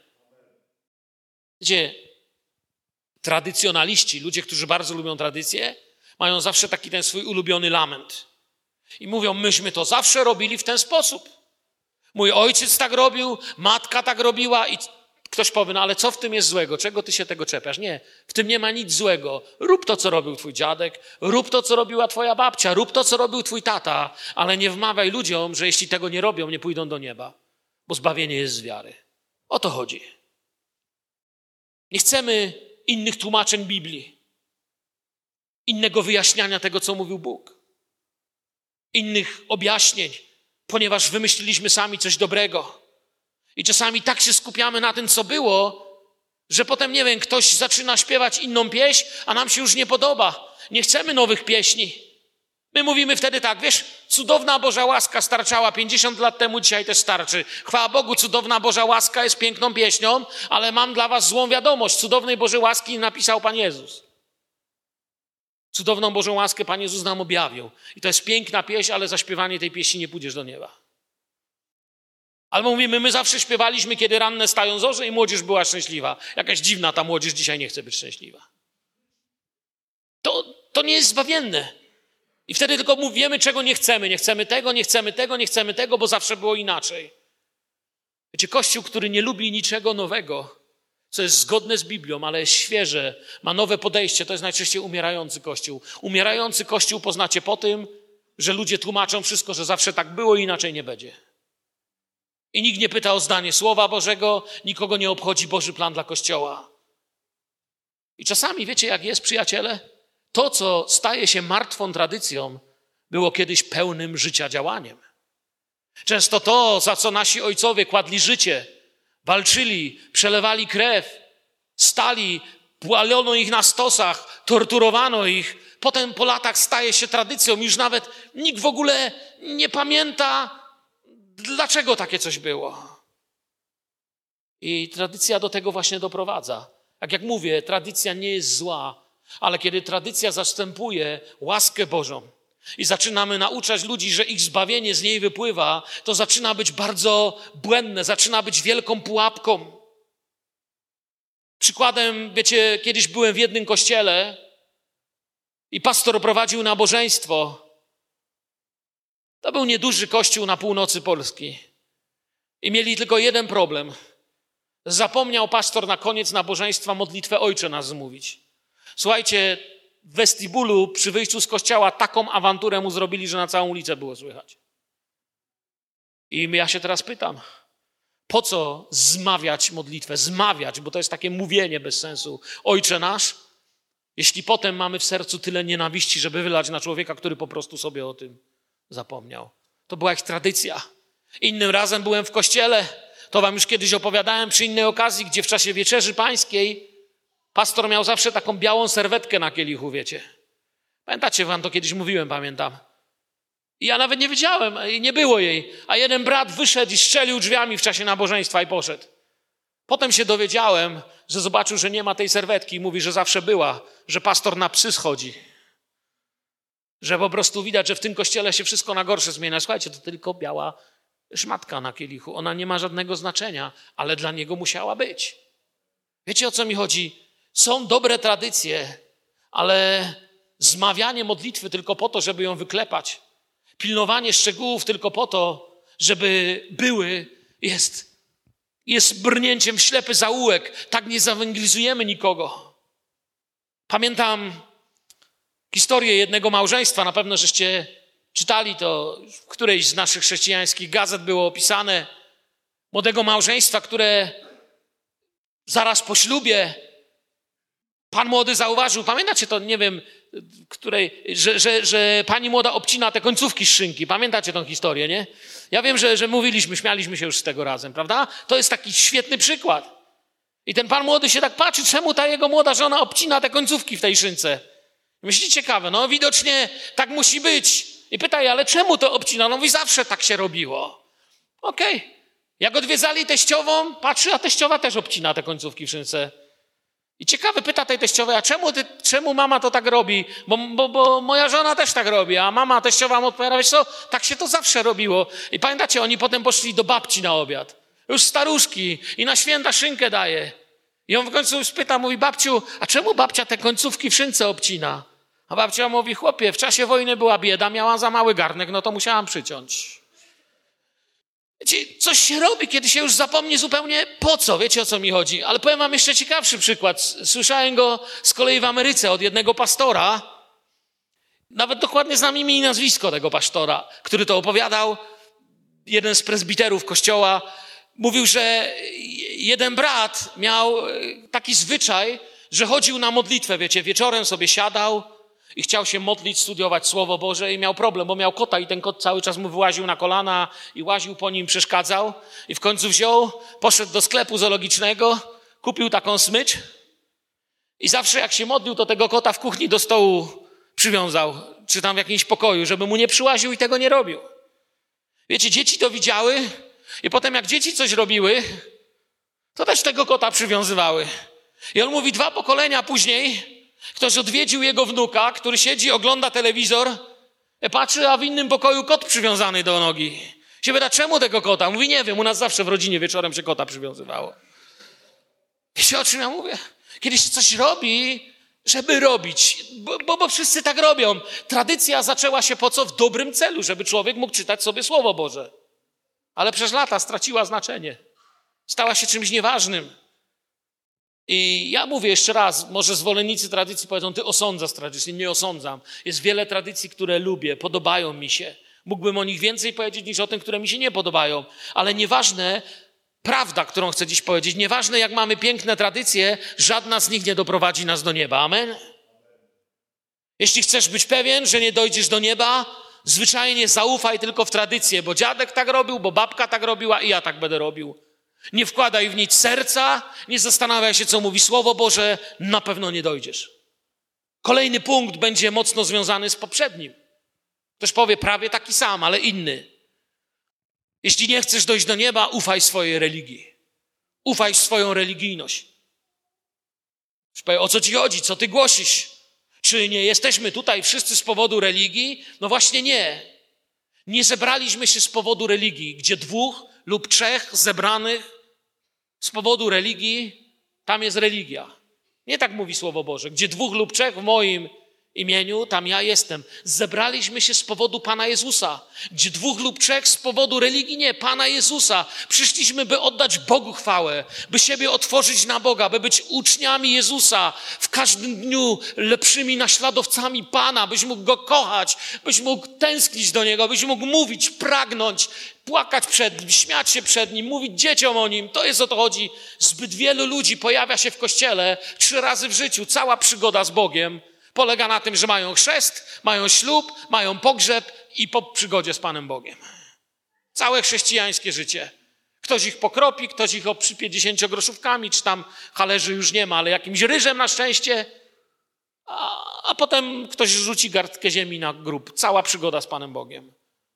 Gdzie tradycjonaliści, ludzie, którzy bardzo lubią tradycję, mają zawsze taki ten swój ulubiony lament. I mówią, myśmy to zawsze robili w ten sposób. Mój ojciec tak robił, matka tak robiła i ktoś powie, no ale co w tym jest złego? Czego ty się tego czepiasz? Nie, w tym nie ma nic złego. Rób to, co robił twój dziadek, rób to, co robiła twoja babcia, rób to, co robił twój tata, ale nie wmawiaj ludziom, że jeśli tego nie robią, nie pójdą do nieba, bo zbawienie jest z wiary. O to chodzi. Nie chcemy innych tłumaczeń Biblii, innego wyjaśniania tego, co mówił Bóg, innych objaśnień, ponieważ wymyśliliśmy sami coś dobrego. I czasami tak się skupiamy na tym, co było, że potem, nie wiem, ktoś zaczyna śpiewać inną pieśń, a nam się już nie podoba. Nie chcemy nowych pieśni. My mówimy wtedy tak, wiesz, cudowna Boża łaska starczała pięćdziesiąt lat temu, dzisiaj też starczy. Chwała Bogu, cudowna Boża łaska jest piękną pieśnią, ale mam dla was złą wiadomość. Cudownej Bożej łaski napisał Pan Jezus. Cudowną Bożą łaskę Pan Jezus nam objawił. I to jest piękna pieśń, ale za śpiewanie tej pieśni nie pójdziesz do nieba. Albo mówimy, my zawsze śpiewaliśmy, kiedy ranne stają zorze i młodzież była szczęśliwa. Jakaś dziwna ta młodzież dzisiaj nie chce być szczęśliwa. to, to nie jest zbawienne. I wtedy tylko mówimy, czego nie chcemy. Nie chcemy tego, nie chcemy tego, nie chcemy tego, bo zawsze było inaczej. Wiecie, Kościół, który nie lubi niczego nowego, co jest zgodne z Biblią, ale jest świeże, ma nowe podejście, to jest najczęściej umierający Kościół. Umierający Kościół poznacie po tym, że ludzie tłumaczą wszystko, że zawsze tak było i inaczej nie będzie. I nikt nie pyta o zdanie Słowa Bożego, nikogo nie obchodzi Boży plan dla Kościoła. I czasami, wiecie jak jest, przyjaciele? To, co staje się martwą tradycją, było kiedyś pełnym życia działaniem. Często to, za co nasi ojcowie kładli życie, walczyli, przelewali krew, stali, płalono ich na stosach, torturowano ich. Potem po latach staje się tradycją. Już nawet nikt w ogóle nie pamięta, dlaczego takie coś było. I tradycja do tego właśnie doprowadza. Tak jak mówię, tradycja nie jest zła, ale kiedy tradycja zastępuje łaskę Bożą i zaczynamy nauczać ludzi, że ich zbawienie z niej wypływa, to zaczyna być bardzo błędne, zaczyna być wielką pułapką. Przykładem, wiecie, kiedyś byłem w jednym kościele i pastor prowadził nabożeństwo. To był nieduży kościół na północy Polski. I mieli tylko jeden problem. Zapomniał pastor na koniec nabożeństwa modlitwę Ojcze nas zmówić. Słuchajcie, w westibulu przy wyjściu z kościoła taką awanturę mu zrobili, że na całą ulicę było słychać. I ja się teraz pytam, po co zmawiać modlitwę? Zmawiać, bo to jest takie mówienie bez sensu. Ojcze nasz, jeśli potem mamy w sercu tyle nienawiści, żeby wylać na człowieka, który po prostu sobie o tym zapomniał. To była ich tradycja. Innym razem byłem w kościele, to wam już kiedyś opowiadałem przy innej okazji, gdzie w czasie wieczerzy pańskiej pastor miał zawsze taką białą serwetkę na kielichu, wiecie. Pamiętacie, wam to kiedyś mówiłem, pamiętam. I ja nawet nie wiedziałem, nie było jej. A jeden brat wyszedł i strzelił drzwiami w czasie nabożeństwa i poszedł. Potem się dowiedziałem, że zobaczył, że nie ma tej serwetki i mówi, że zawsze była, że pastor na psy schodzi. Że po prostu widać, że w tym kościele się wszystko na gorsze zmienia. Słuchajcie, to tylko biała szmatka na kielichu. Ona nie ma żadnego znaczenia, ale dla niego musiała być. Wiecie, o co mi chodzi? Są dobre tradycje, ale zmawianie modlitwy tylko po to, żeby ją wyklepać, pilnowanie szczegółów tylko po to, żeby były, jest, jest brnięciem w ślepy zaułek. Tak nie zaewangelizujemy nikogo. Pamiętam historię jednego małżeństwa, na pewno żeście czytali to, w którejś z naszych chrześcijańskich gazet było opisane, młodego małżeństwa, które zaraz po ślubie pan młody zauważył, pamiętacie to, nie wiem, której, że, że, że pani młoda obcina te końcówki z szynki. Pamiętacie tą historię, nie? Ja wiem, że, że mówiliśmy, śmialiśmy się już z tego razem, prawda? To jest taki świetny przykład. I ten pan młody się tak patrzy, czemu ta jego młoda żona obcina te końcówki w tej szynce. Myślicie, ciekawe, no widocznie tak musi być. I pytaj, ale czemu to obcina? No mówi, zawsze tak się robiło. Okej. Okay. Jak odwiedzali teściową, patrzy, a teściowa też obcina te końcówki w szynce. I ciekawe, pyta tej teściowej, a czemu, ty, czemu mama to tak robi? Bo, bo, bo moja żona też tak robi, a mama teściowa mu odpowiada, wiesz co, tak się to zawsze robiło. I pamiętacie, oni potem poszli do babci na obiad. Już staruszki i na święta szynkę daje. I on w końcu spyta, mówi, babciu, a czemu babcia te końcówki w szynce obcina? A babcia mówi, chłopie, w czasie wojny była bieda, miała za mały garnek, no to musiałam przyciąć. Wiecie, coś się robi, kiedy się już zapomni zupełnie po co, wiecie o co mi chodzi. Ale powiem wam jeszcze ciekawszy przykład. Słyszałem go z kolei w Ameryce od jednego pastora. Nawet dokładnie znam imię i nazwisko tego pastora, który to opowiadał. Jeden z prezbiterów kościoła mówił, że jeden brat miał taki zwyczaj, że chodził na modlitwę, wiecie, wieczorem sobie siadał i chciał się modlić, studiować Słowo Boże i miał problem, bo miał kota i ten kot cały czas mu wyłaził na kolana i łaził po nim, przeszkadzał. I w końcu wziął, poszedł do sklepu zoologicznego, kupił taką smycz i zawsze jak się modlił, to tego kota w kuchni do stołu przywiązał, czy tam w jakimś pokoju, żeby mu nie przyłaził i tego nie robił. Wiecie, dzieci to widziały i potem jak dzieci coś robiły, to też tego kota przywiązywały. I on mówi, dwa pokolenia później ktoś odwiedził jego wnuka, który siedzi, ogląda telewizor, patrzy, a w innym pokoju kot przywiązany do nogi. Się pyta, czemu tego kota? Mówi, nie wiem, u nas zawsze w rodzinie wieczorem się kota przywiązywało. Wiecie, o czym ja mówię? Kiedy się coś robi, żeby robić, bo, bo, bo wszyscy tak robią. Tradycja zaczęła się po co? W dobrym celu, żeby człowiek mógł czytać sobie Słowo Boże. Ale przez lata straciła znaczenie. Stała się czymś nieważnym. I ja mówię jeszcze raz, może zwolennicy tradycji powiedzą, ty osądzasz tradycję. Nie osądzam. Jest wiele tradycji, które lubię, podobają mi się. Mógłbym o nich więcej powiedzieć niż o tym, które mi się nie podobają. Ale nieważne, prawda, którą chcę dziś powiedzieć, nieważne jak mamy piękne tradycje, żadna z nich nie doprowadzi nas do nieba. Amen? Jeśli chcesz być pewien, że nie dojdziesz do nieba, zwyczajnie zaufaj tylko w tradycję, bo dziadek tak robił, bo babka tak robiła i ja tak będę robił. Nie wkładaj w nic serca, nie zastanawiaj się, co mówi Słowo Boże, na pewno nie dojdziesz. Kolejny punkt będzie mocno związany z poprzednim. Ktoś powie prawie taki sam, ale inny. Jeśli nie chcesz dojść do nieba, ufaj swojej religii. Ufaj w swoją religijność. Ktoś powie, o co ci chodzi? Co ty głosisz? Czy nie jesteśmy tutaj wszyscy z powodu religii? No właśnie nie. Nie zebraliśmy się z powodu religii, gdzie dwóch lub trzech zebranych z powodu religii, tam jest religia. Nie tak mówi Słowo Boże. Gdzie dwóch lub trzech w moim imieniu, tam ja jestem. Zebraliśmy się z powodu Pana Jezusa. Gdzie dwóch lub trzech z powodu religii, nie, Pana Jezusa. Przyszliśmy, by oddać Bogu chwałę, by siebie otworzyć na Boga, by być uczniami Jezusa, w każdym dniu lepszymi naśladowcami Pana, byś mógł Go kochać, byś mógł tęsknić do Niego, byś mógł mówić, pragnąć, płakać przed Nim, śmiać się przed Nim, mówić dzieciom o Nim. To jest o to chodzi. Zbyt wielu ludzi pojawia się w kościele trzy razy w życiu. Cała przygoda z Bogiem polega na tym, że mają chrzest, mają ślub, mają pogrzeb i po przygodzie z Panem Bogiem. Całe chrześcijańskie życie. Ktoś ich pokropi, ktoś ich obsypie dziesięciogroszówkami, czy tam halerzy już nie ma, ale jakimś ryżem na szczęście, a, a potem ktoś rzuci garstkę ziemi na grób. Cała przygoda z Panem Bogiem.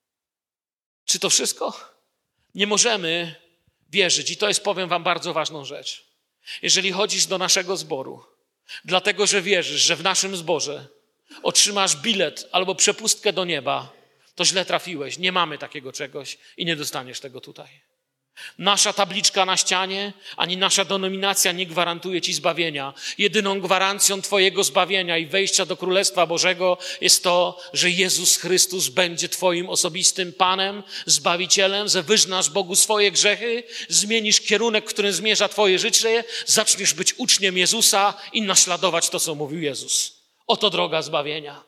Czy to wszystko? Nie możemy wierzyć i to jest, powiem wam, bardzo ważną rzecz. Jeżeli chodzisz do naszego zboru, dlatego, że wierzysz, że w naszym zborze otrzymasz bilet albo przepustkę do nieba, to źle trafiłeś. Nie mamy takiego czegoś i nie dostaniesz tego tutaj. Nasza tabliczka na ścianie, ani nasza denominacja nie gwarantuje ci zbawienia. Jedyną gwarancją twojego zbawienia i wejścia do Królestwa Bożego jest to, że Jezus Chrystus będzie twoim osobistym Panem, Zbawicielem, że wyznasz Bogu swoje grzechy, zmienisz kierunek, w którym zmierza twoje życie, zaczniesz być uczniem Jezusa i naśladować to, co mówił Jezus. Oto droga zbawienia.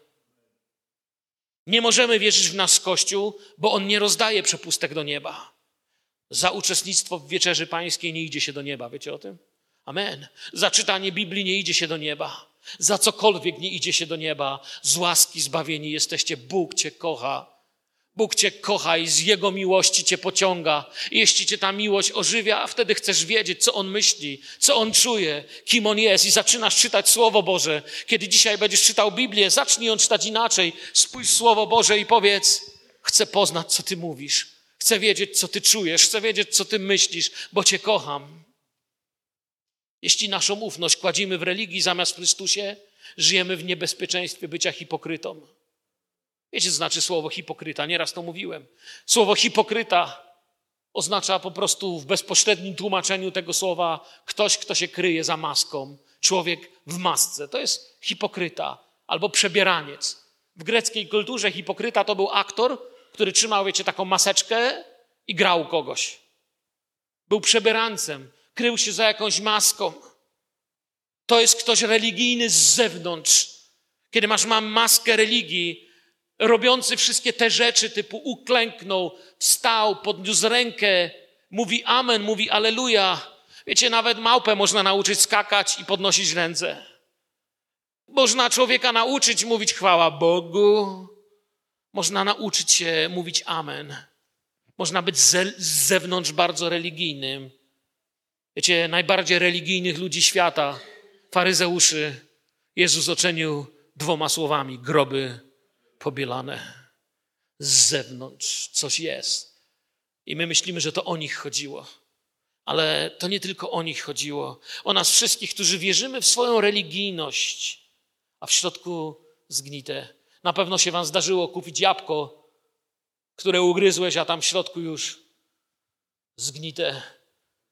Nie możemy wierzyć w nasz Kościół, bo On nie rozdaje przepustek do nieba. Za uczestnictwo w Wieczerzy Pańskiej nie idzie się do nieba. Wiecie o tym? Amen. Za czytanie Biblii nie idzie się do nieba. Za cokolwiek nie idzie się do nieba. Z łaski zbawieni jesteście. Bóg cię kocha. Bóg cię kocha i z Jego miłości cię pociąga. I jeśli cię ta miłość ożywia, a wtedy chcesz wiedzieć, co On myśli, co On czuje, kim On jest i zaczynasz czytać Słowo Boże. Kiedy dzisiaj będziesz czytał Biblię, zacznij ją czytać inaczej. Spójrz w Słowo Boże i powiedz, chcę poznać, co Ty mówisz. Chcę wiedzieć, co Ty czujesz. Chcę wiedzieć, co Ty myślisz, bo Cię kocham. Jeśli naszą ufność kładzimy w religii zamiast w Chrystusie, żyjemy w niebezpieczeństwie bycia hipokrytą. Wiecie, co znaczy słowo hipokryta? Nieraz to mówiłem. Słowo hipokryta oznacza po prostu w bezpośrednim tłumaczeniu tego słowa ktoś, kto się kryje za maską. Człowiek w masce. To jest hipokryta albo przebieraniec. W greckiej kulturze hipokryta to był aktor, który trzymał, wiecie, taką maseczkę i grał kogoś. Był przebierancem, krył się za jakąś maską. To jest ktoś religijny z zewnątrz. Kiedy masz mam maskę religii, robiący wszystkie te rzeczy typu uklęknął, wstał, podniósł rękę, mówi amen, mówi alleluja. Wiecie, nawet małpę można nauczyć skakać i podnosić ręce. Można człowieka nauczyć mówić chwała Bogu. Można nauczyć się mówić amen. Można być z zewnątrz bardzo religijnym. Wiecie, najbardziej religijnych ludzi świata, faryzeuszy, Jezus ocenił dwoma słowami: groby pobielane. Z zewnątrz coś jest. I my myślimy, że to o nich chodziło. Ale to nie tylko o nich chodziło. O nas wszystkich, którzy wierzymy w swoją religijność, a w środku zgnite. Na pewno się wam zdarzyło kupić jabłko, które ugryzłeś, a tam w środku już zgnite.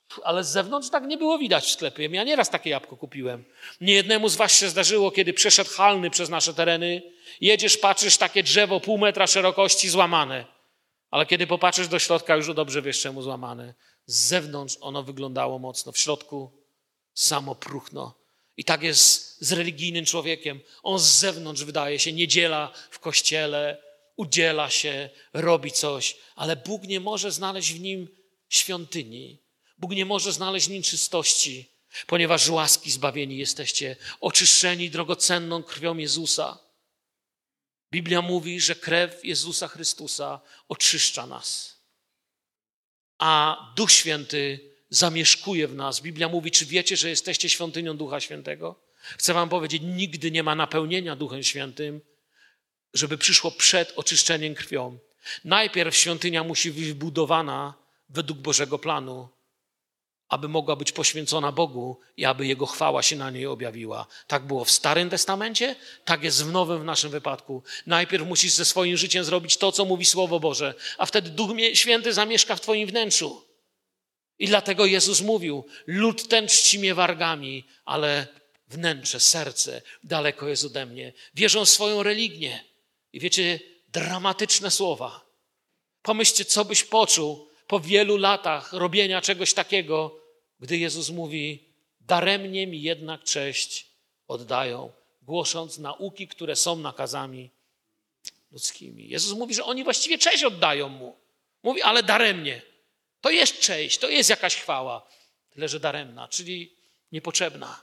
Ale z zewnątrz tak nie było widać w sklepie. Ja nieraz takie jabłko kupiłem. Niejednemu z was się zdarzyło, kiedy przeszedł halny przez nasze tereny. Jedziesz, patrzysz, takie drzewo pół metra szerokości złamane. Ale kiedy popatrzysz do środka, już dobrze wiesz, czemu złamane. Z zewnątrz ono wyglądało mocno, w środku samo próchno. I tak jest z religijnym człowiekiem. On z zewnątrz wydaje się, niedziela w kościele, udziela się, robi coś, ale Bóg nie może znaleźć w nim świątyni. Bóg nie może znaleźć w nim czystości, ponieważ z łaski zbawieni jesteście, oczyszczeni drogocenną krwią Jezusa. Biblia mówi, że krew Jezusa Chrystusa oczyszcza nas, a Duch Święty zamieszkuje w nas. Biblia mówi, czy wiecie, że jesteście świątynią Ducha Świętego? Chcę wam powiedzieć, nigdy nie ma napełnienia Duchem Świętym, żeby przyszło przed oczyszczeniem krwią. Najpierw świątynia musi być wybudowana według Bożego planu, aby mogła być poświęcona Bogu i aby Jego chwała się na niej objawiła. Tak było w Starym Testamencie, tak jest w Nowym w naszym wypadku. Najpierw musisz ze swoim życiem zrobić to, co mówi Słowo Boże, a wtedy Duch Święty zamieszka w twoim wnętrzu. I dlatego Jezus mówił, lud ten czci mnie wargami, ale wnętrze, serce daleko jest ode mnie. Wierzą w swoją religię. I wiecie, dramatyczne słowa. Pomyślcie, co byś poczuł po wielu latach robienia czegoś takiego, gdy Jezus mówi, daremnie mi jednak cześć oddają, głosząc nauki, które są nakazami ludzkimi. Jezus mówi, że oni właściwie cześć oddają mu. Mówi, ale daremnie. To jest cześć, to jest jakaś chwała, tyle że daremna, czyli niepotrzebna.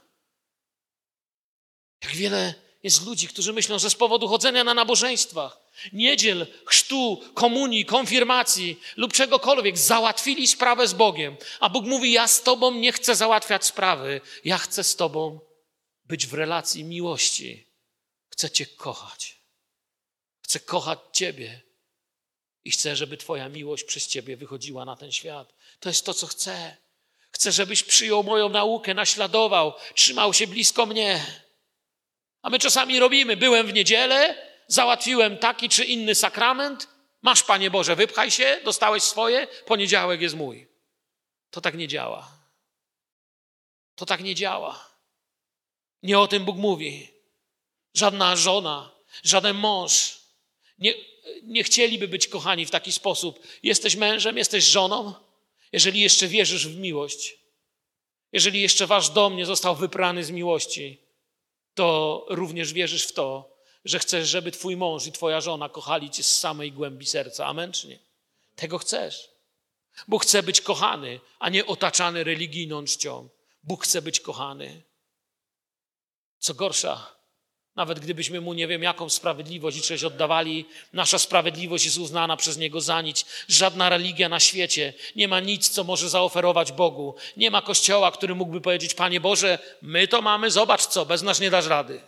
Jak wiele jest ludzi, którzy myślą, że z powodu chodzenia na nabożeństwach, niedziel, chrztu, komunii, konfirmacji lub czegokolwiek załatwili sprawę z Bogiem. A Bóg mówi, ja z tobą nie chcę załatwiać sprawy, ja chcę z tobą być w relacji miłości. Chcę cię kochać. Chcę kochać ciebie i chcę, żeby twoja miłość przez ciebie wychodziła na ten świat. To jest to, co chcę. Chcę, żebyś przyjął moją naukę, naśladował, trzymał się blisko mnie. A my czasami robimy, byłem w niedzielę, załatwiłem taki czy inny sakrament, masz, Panie Boże, wypchaj się, dostałeś swoje, poniedziałek jest mój. To tak nie działa. To tak nie działa. Nie o tym Bóg mówi. Żadna żona, żaden mąż nie, nie chcieliby być kochani w taki sposób. Jesteś mężem, jesteś żoną, jeżeli jeszcze wierzysz w miłość, jeżeli jeszcze wasz dom nie został wyprany z miłości, to również wierzysz w to, że chcesz, żeby twój mąż i twoja żona kochali cię z samej głębi serca. Amen czy nie? Tego chcesz. Bóg chce być kochany, a nie otaczany religijną czcią. Bóg chce być kochany. Co gorsza, nawet gdybyśmy mu nie wiem jaką sprawiedliwość i cześć oddawali, nasza sprawiedliwość jest uznana przez Niego za nic. Żadna religia na świecie nie ma nic, co może zaoferować Bogu. Nie ma kościoła, który mógłby powiedzieć, Panie Boże, my to mamy, zobacz co, bez nas nie dasz rady.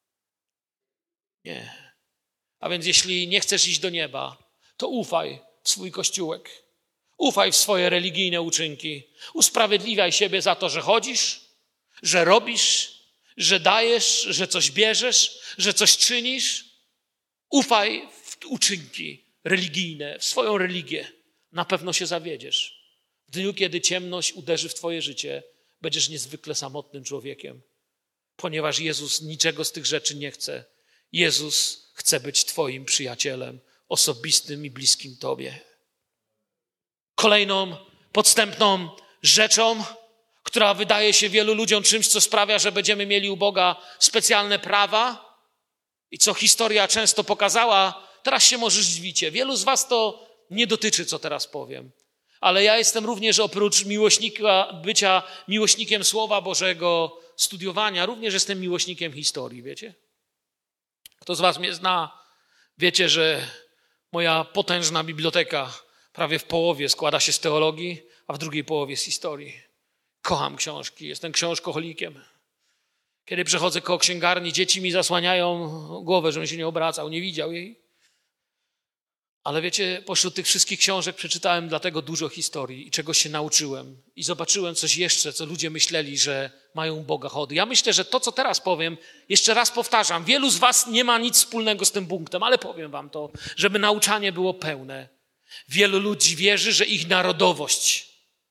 Nie. A więc jeśli nie chcesz iść do nieba, to ufaj w swój kościółek. Ufaj w swoje religijne uczynki. Usprawiedliwiaj siebie za to, że chodzisz, że robisz, że dajesz, że coś bierzesz, że coś czynisz. Ufaj w uczynki religijne, w swoją religię. Na pewno się zawiedziesz. W dniu, kiedy ciemność uderzy w twoje życie, będziesz niezwykle samotnym człowiekiem, ponieważ Jezus niczego z tych rzeczy nie chce. Jezus chce być twoim przyjacielem, osobistym i bliskim tobie. Kolejną podstępną rzeczą, która wydaje się wielu ludziom czymś, co sprawia, że będziemy mieli u Boga specjalne prawa i co historia często pokazała, teraz się może zdziwicie. Wielu z was to nie dotyczy, co teraz powiem. Ale ja jestem również oprócz miłośnika, bycia miłośnikiem Słowa Bożego, studiowania, również jestem miłośnikiem historii, wiecie? Kto z was mnie zna, wiecie, że moja potężna biblioteka prawie w połowie składa się z teologii, a w drugiej połowie z historii. Kocham książki, jestem książkoholikiem. Kiedy przechodzę koło księgarni, dzieci mi zasłaniają głowę, żebym się nie obracał, nie widział jej. Ale wiecie, pośród tych wszystkich książek przeczytałem dlatego dużo historii i czegoś się nauczyłem. I zobaczyłem coś jeszcze, co ludzie myśleli, że mają Boga chody. Ja myślę, że to, co teraz powiem, jeszcze raz powtarzam, wielu z was nie ma nic wspólnego z tym punktem, ale powiem wam to, żeby nauczanie było pełne. Wielu ludzi wierzy, że ich narodowość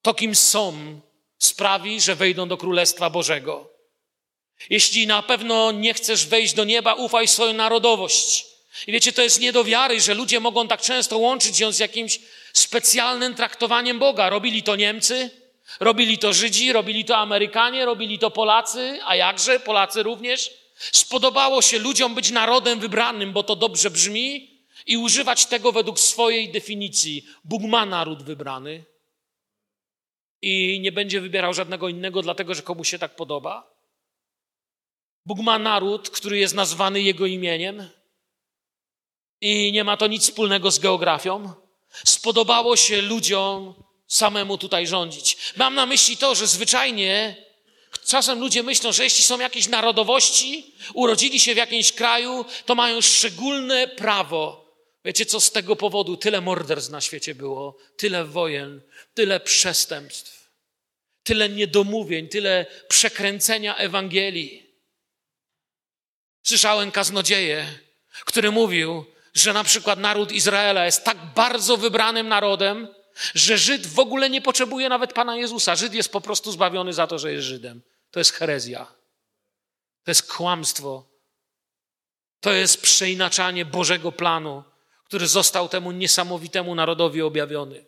to kim są, sprawi, że wejdą do Królestwa Bożego. Jeśli na pewno nie chcesz wejść do nieba, ufaj w swoją narodowość. I wiecie, to jest nie do wiary, że ludzie mogą tak często łączyć ją z jakimś specjalnym traktowaniem Boga. Robili to Niemcy, robili to Żydzi, robili to Amerykanie, robili to Polacy, a jakże, Polacy również. Spodobało się ludziom być narodem wybranym, bo to dobrze brzmi i używać tego według swojej definicji. Bóg ma naród wybrany i nie będzie wybierał żadnego innego, dlatego że komuś się tak podoba. Bóg ma naród, który jest nazwany Jego imieniem i nie ma to nic wspólnego z geografią. Spodobało się ludziom samemu tutaj rządzić. Mam na myśli to, że zwyczajnie czasem ludzie myślą, że jeśli są jakieś narodowości, urodzili się w jakimś kraju, to mają szczególne prawo. Wiecie co, z tego powodu tyle morderstw na świecie było, tyle wojen, tyle przestępstw, tyle niedomówień, tyle przekręcenia Ewangelii. Słyszałem kaznodzieję, który mówił, że na przykład naród Izraela jest tak bardzo wybranym narodem, że Żyd w ogóle nie potrzebuje nawet Pana Jezusa. Żyd jest po prostu zbawiony za to, że jest Żydem. To jest herezja. To jest kłamstwo. To jest przeinaczanie Bożego planu, który został temu niesamowitemu narodowi objawiony.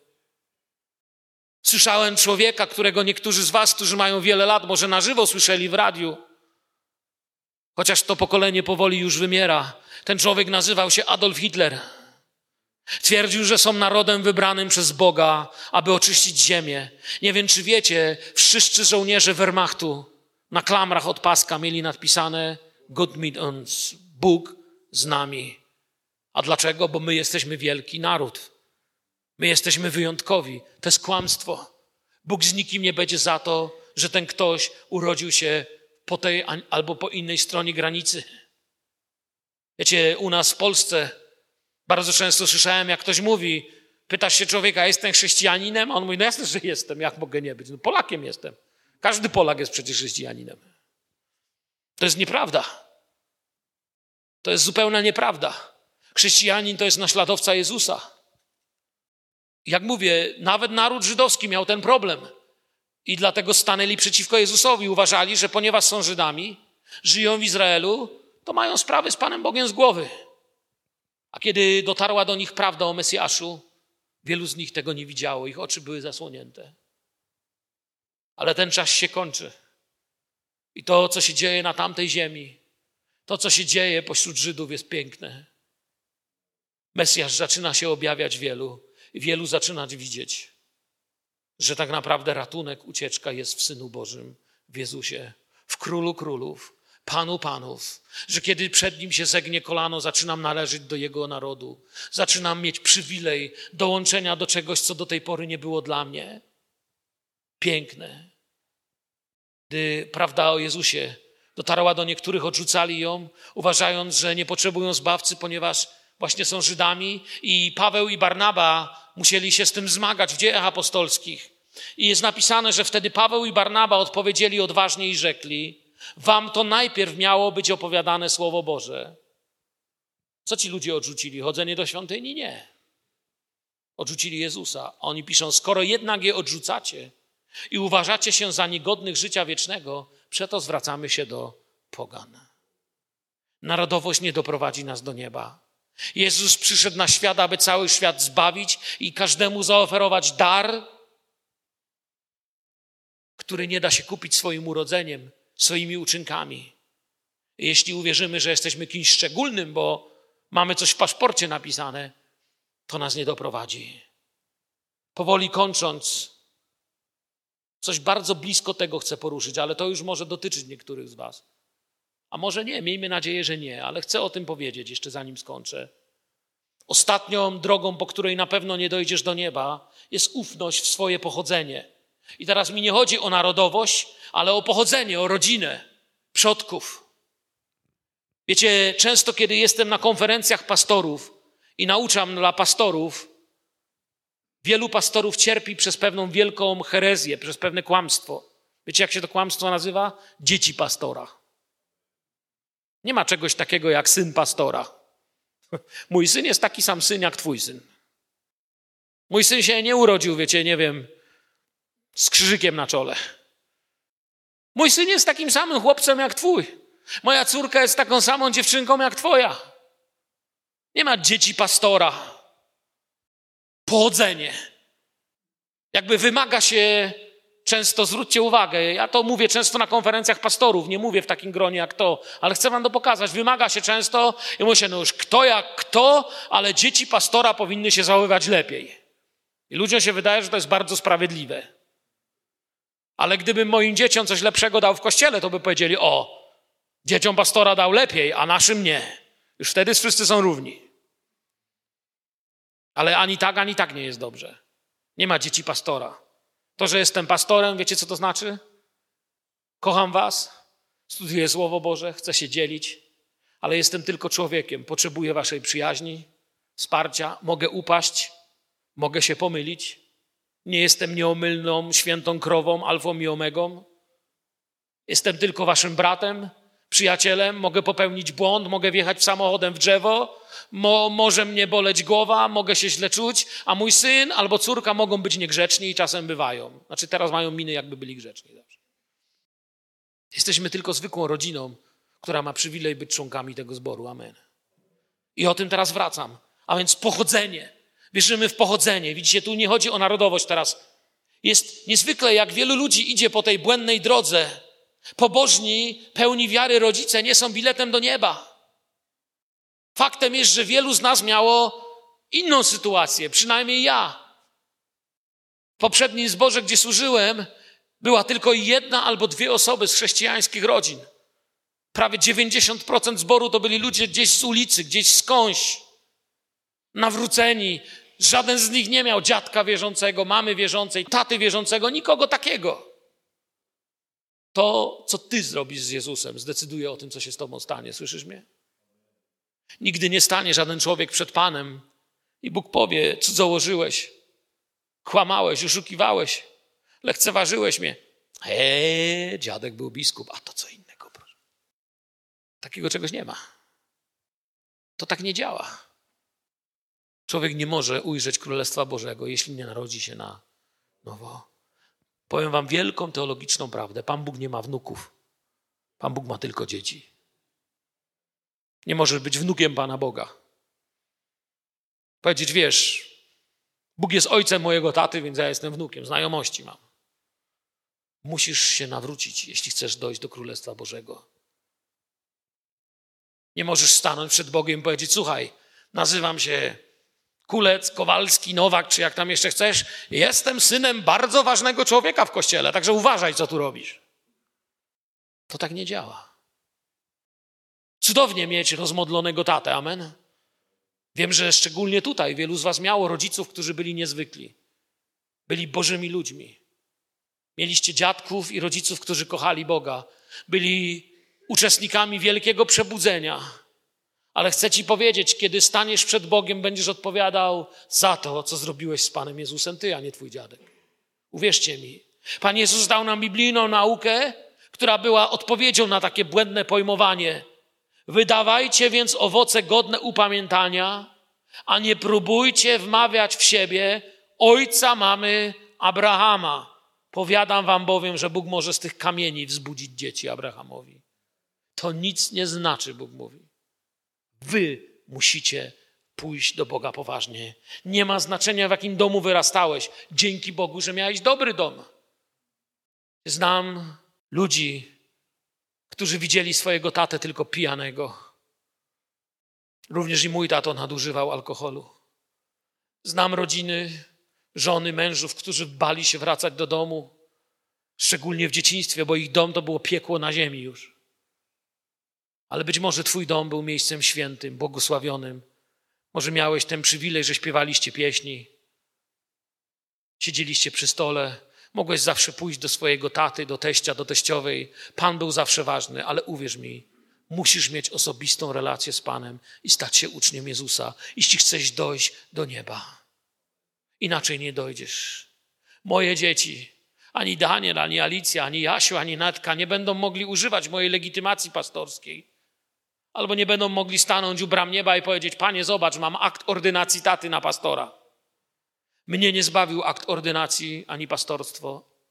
Słyszałem człowieka, którego niektórzy z was, którzy mają wiele lat, może na żywo słyszeli w radiu, chociaż to pokolenie powoli już wymiera. Ten człowiek nazywał się Adolf Hitler. Twierdził, że są narodem wybranym przez Boga, aby oczyścić ziemię. Nie wiem, czy wiecie, wszyscy żołnierze Wehrmachtu na klamrach od paska mieli nadpisane Gott mit uns, Bóg z nami. A dlaczego? Bo my jesteśmy wielki naród. My jesteśmy wyjątkowi. To jest kłamstwo. Bóg z nikim nie będzie za to, że ten ktoś urodził się po tej albo po innej stronie granicy. Wiecie, u nas w Polsce bardzo często słyszałem, jak ktoś mówi, pytasz się człowieka, jestem chrześcijaninem? A on mówi, no jasne, że jestem, jak mogę nie być? No Polakiem jestem. Każdy Polak jest przecież chrześcijaninem. To jest nieprawda. To jest zupełna nieprawda. Chrześcijanin to jest naśladowca Jezusa. Jak mówię, nawet naród żydowski miał ten problem. I dlatego stanęli przeciwko Jezusowi. Uważali, że ponieważ są Żydami, żyją w Izraelu, to mają sprawy z Panem Bogiem z głowy. A kiedy dotarła do nich prawda o Mesjaszu, wielu z nich tego nie widziało. Ich oczy były zasłonięte. Ale ten czas się kończy. I to, co się dzieje na tamtej ziemi, to, co się dzieje pośród Żydów, jest piękne. Mesjasz zaczyna się objawiać wielu. I wielu zaczyna widzieć, że tak naprawdę ratunek, ucieczka jest w Synu Bożym, w Jezusie, w Królu Królów, Panu Panów, że kiedy przed Nim się zegnie kolano, zaczynam należeć do Jego narodu. Zaczynam mieć przywilej dołączenia do czegoś, co do tej pory nie było dla mnie. Piękne. Gdy prawda o Jezusie dotarła do niektórych, odrzucali ją, uważając, że nie potrzebują zbawcy, ponieważ właśnie są Żydami i Paweł i Barnaba musieli się z tym zmagać w dziejach apostolskich. I jest napisane, że wtedy Paweł i Barnaba odpowiedzieli odważnie i rzekli, wam to najpierw miało być opowiadane Słowo Boże. Co ci ludzie odrzucili? Chodzenie do świątyni? Nie. Odrzucili Jezusa. A oni piszą, skoro jednak je odrzucacie i uważacie się za niegodnych życia wiecznego, przeto zwracamy się do pogan. Narodowość nie doprowadzi nas do nieba. Jezus przyszedł na świat, aby cały świat zbawić i każdemu zaoferować dar, który nie da się kupić swoim urodzeniem, swoimi uczynkami. I jeśli uwierzymy, że jesteśmy kimś szczególnym, bo mamy coś w paszporcie napisane, to nas nie doprowadzi. Powoli kończąc, coś bardzo blisko tego chcę poruszyć, ale to już może dotyczyć niektórych z was. A może nie, miejmy nadzieję, że nie, ale chcę o tym powiedzieć jeszcze zanim skończę. Ostatnią drogą, po której na pewno nie dojdziesz do nieba, jest ufność w swoje pochodzenie. I teraz mi nie chodzi o narodowość, ale o pochodzenie, o rodzinę, przodków. Wiecie, często kiedy jestem na konferencjach pastorów i nauczam dla pastorów, wielu pastorów cierpi przez pewną wielką herezję, przez pewne kłamstwo. Wiecie, jak się to kłamstwo nazywa? Dzieci pastora. Nie ma czegoś takiego jak syn pastora. Mój syn jest taki sam syn jak twój syn. Mój syn się nie urodził, wiecie, nie wiem, z krzyżykiem na czole. Mój syn jest takim samym chłopcem jak twój. Moja córka jest taką samą dziewczynką jak twoja. Nie ma dzieci pastora. Pochodzenie. Jakby wymaga się często, zwróćcie uwagę, ja to mówię często na konferencjach pastorów, nie mówię w takim gronie jak to, ale chcę wam to pokazać. Wymaga się często i mówię się, no już kto jak kto, ale dzieci pastora powinny się zachowywać lepiej. I ludziom się wydaje, że to jest bardzo sprawiedliwe. Ale gdybym moim dzieciom coś lepszego dał w kościele, to by powiedzieli, o, dzieciom pastora dał lepiej, a naszym nie. Już wtedy wszyscy są równi. Ale ani tak, ani tak nie jest dobrze. Nie ma dzieci pastora. To, że jestem pastorem, wiecie co to znaczy? Kocham was, studiuję Słowo Boże, chcę się dzielić, ale jestem tylko człowiekiem. Potrzebuję waszej przyjaźni, wsparcia, mogę upaść, mogę się pomylić. Nie jestem nieomylną, świętą krową, alfą i omegą. Jestem tylko waszym bratem, przyjacielem, mogę popełnić błąd, mogę wjechać samochodem w drzewo, mo, może mnie boleć głowa, mogę się źle czuć, a mój syn albo córka mogą być niegrzeczni i czasem bywają. Znaczy teraz mają miny, jakby byli grzeczni. Jesteśmy tylko zwykłą rodziną, która ma przywilej być członkami tego zboru. Amen. I o tym teraz wracam. A więc pochodzenie. Wierzymy w pochodzenie. Widzicie, tu nie chodzi o narodowość teraz. Jest niezwykle, jak wielu ludzi idzie po tej błędnej drodze. Pobożni, pełni wiary rodzice nie są biletem do nieba. Faktem jest, że wielu z nas miało inną sytuację, przynajmniej ja. W poprzednim zborze, gdzie służyłem, była tylko jedna albo dwie osoby z chrześcijańskich rodzin. Prawie dziewięćdziesiąt procent zboru to byli ludzie gdzieś z ulicy, gdzieś skądś, nawróceni. Żaden z nich nie miał dziadka wierzącego, mamy wierzącej, taty wierzącego, nikogo takiego. To, co ty zrobisz z Jezusem, zdecyduje o tym, co się z tobą stanie. Słyszysz mnie? Nigdy nie stanie żaden człowiek przed Panem i Bóg powie, cudzołożyłeś, kłamałeś, oszukiwałeś, lekceważyłeś mnie. Eee, dziadek był biskup, a to co innego, proszę. Takiego czegoś nie ma. To tak nie działa. Człowiek nie może ujrzeć Królestwa Bożego, jeśli nie narodzi się na nowo. Powiem wam wielką teologiczną prawdę. Pan Bóg nie ma wnuków. Pan Bóg ma tylko dzieci. Nie możesz być wnukiem Pana Boga. Powiedzieć, wiesz, Bóg jest ojcem mojego taty, więc ja jestem wnukiem. Znajomości mam. Musisz się nawrócić, jeśli chcesz dojść do Królestwa Bożego. Nie możesz stanąć przed Bogiem i powiedzieć, słuchaj, nazywam się Kulec, Kowalski, Nowak, czy jak tam jeszcze chcesz. Jestem synem bardzo ważnego człowieka w kościele, także uważaj, co tu robisz. To tak nie działa. Cudownie mieć rozmodlonego tatę, amen. Wiem, że szczególnie tutaj wielu z was miało rodziców, którzy byli niezwykli. Byli Bożymi ludźmi. Mieliście dziadków i rodziców, którzy kochali Boga. Byli uczestnikami wielkiego przebudzenia. Ale chcę ci powiedzieć, kiedy staniesz przed Bogiem, będziesz odpowiadał za to, co zrobiłeś z Panem Jezusem, ty, a nie twój dziadek. Uwierzcie mi. Pan Jezus dał nam biblijną naukę, która była odpowiedzią na takie błędne pojmowanie. Wydawajcie więc owoce godne upamiętania, a nie próbujcie wmawiać w siebie ojca mamy Abrahama. Powiadam wam bowiem, że Bóg może z tych kamieni wzbudzić dzieci Abrahamowi. To nic nie znaczy, Bóg mówi. Wy musicie pójść do Boga poważnie. Nie ma znaczenia, w jakim domu wyrastałeś. Dzięki Bogu, że miałeś dobry dom. Znam ludzi, którzy widzieli swojego tatę tylko pijanego. Również i mój tato nadużywał alkoholu. Znam rodziny, żony, mężów, którzy bali się wracać do domu, szczególnie w dzieciństwie, bo ich dom to było piekło na ziemi już. Ale być może twój dom był miejscem świętym, błogosławionym. Może miałeś ten przywilej, że śpiewaliście pieśni, siedzieliście przy stole, mogłeś zawsze pójść do swojego taty, do teścia, do teściowej. Pan był zawsze ważny, ale uwierz mi, musisz mieć osobistą relację z Panem i stać się uczniem Jezusa, jeśli chcesz dojść do nieba. Inaczej nie dojdziesz. Moje dzieci, ani Daniel, ani Alicja, ani Jasiu, ani Natka nie będą mogli używać mojej legitymacji pastorskiej. Albo nie będą mogli stanąć u bram nieba i powiedzieć, Panie, zobacz, mam akt ordynacji taty na pastora. Mnie nie zbawił akt ordynacji ani pastorstwo.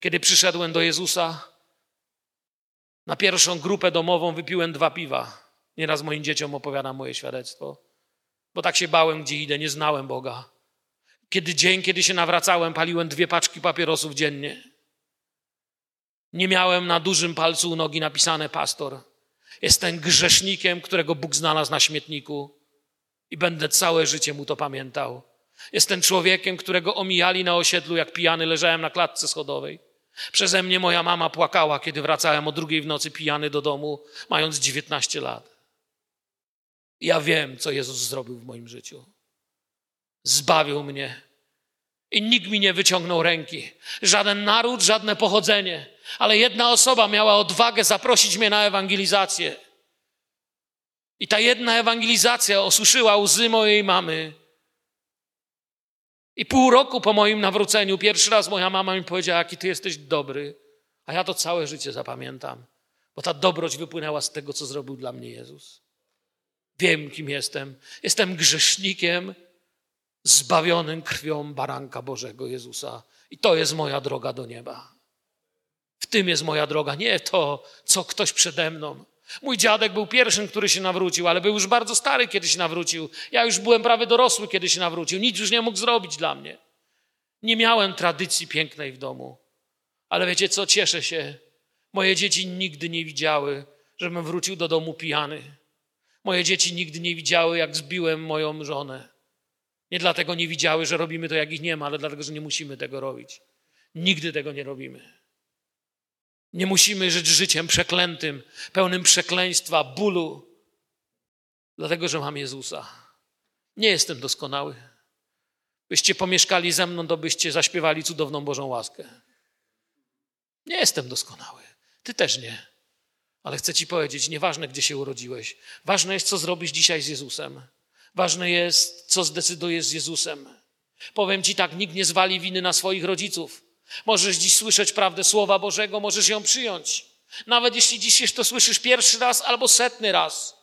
Kiedy przyszedłem do Jezusa, na pierwszą grupę domową wypiłem dwa piwa. Nieraz moim dzieciom opowiadam moje świadectwo, bo tak się bałem, gdzie idę, nie znałem Boga. Kiedy dzień, kiedy się nawracałem, paliłem dwie paczki papierosów dziennie. Nie miałem na dużym palcu u nogi napisane pastor. Jestem grzesznikiem, którego Bóg znalazł na śmietniku i będę całe życie mu to pamiętał. Jestem człowiekiem, którego omijali na osiedlu, jak pijany leżałem na klatce schodowej. Przeze mnie moja mama płakała, kiedy wracałem o drugiej w nocy pijany do domu, mając dziewiętnaście lat. Ja wiem, co Jezus zrobił w moim życiu. Zbawił mnie i nikt mi nie wyciągnął ręki. Żaden naród, żadne pochodzenie. Ale jedna osoba miała odwagę zaprosić mnie na ewangelizację. I ta jedna ewangelizacja osuszyła łzy mojej mamy. I pół roku po moim nawróceniu pierwszy raz moja mama mi powiedziała, jaki ty jesteś dobry. A ja to całe życie zapamiętam. Bo ta dobroć wypłynęła z tego, co zrobił dla mnie Jezus. Wiem, kim jestem. Jestem grzesznikiem zbawionym krwią baranka Bożego Jezusa. I to jest moja droga do nieba. W tym jest moja droga, nie to, co ktoś przede mną. Mój dziadek był pierwszym, który się nawrócił, ale był już bardzo stary, kiedy się nawrócił. Ja już byłem prawie dorosły, kiedy się nawrócił. Nic już nie mógł zrobić dla mnie. Nie miałem tradycji pięknej w domu. Ale wiecie co, cieszę się. Moje dzieci nigdy nie widziały, żebym wrócił do domu pijany. Moje dzieci nigdy nie widziały, jak zbiłem moją żonę. Nie dlatego nie widziały, że robimy to, jak ich nie ma, ale dlatego, że nie musimy tego robić. Nigdy tego nie robimy. Nie musimy żyć życiem przeklętym, pełnym przekleństwa, bólu. Dlatego, że mam Jezusa. Nie jestem doskonały. Byście pomieszkali ze mną, to byście zaśpiewali cudowną Bożą łaskę. Nie jestem doskonały. Ty też nie. Ale chcę ci powiedzieć, nieważne, gdzie się urodziłeś. Ważne jest, co zrobisz dzisiaj z Jezusem. Ważne jest, co zdecydujesz z Jezusem. Powiem ci tak, nikt nie zwali winy na swoich rodziców. Możesz dziś słyszeć prawdę Słowa Bożego, możesz ją przyjąć. Nawet jeśli dziś to słyszysz pierwszy raz albo setny raz.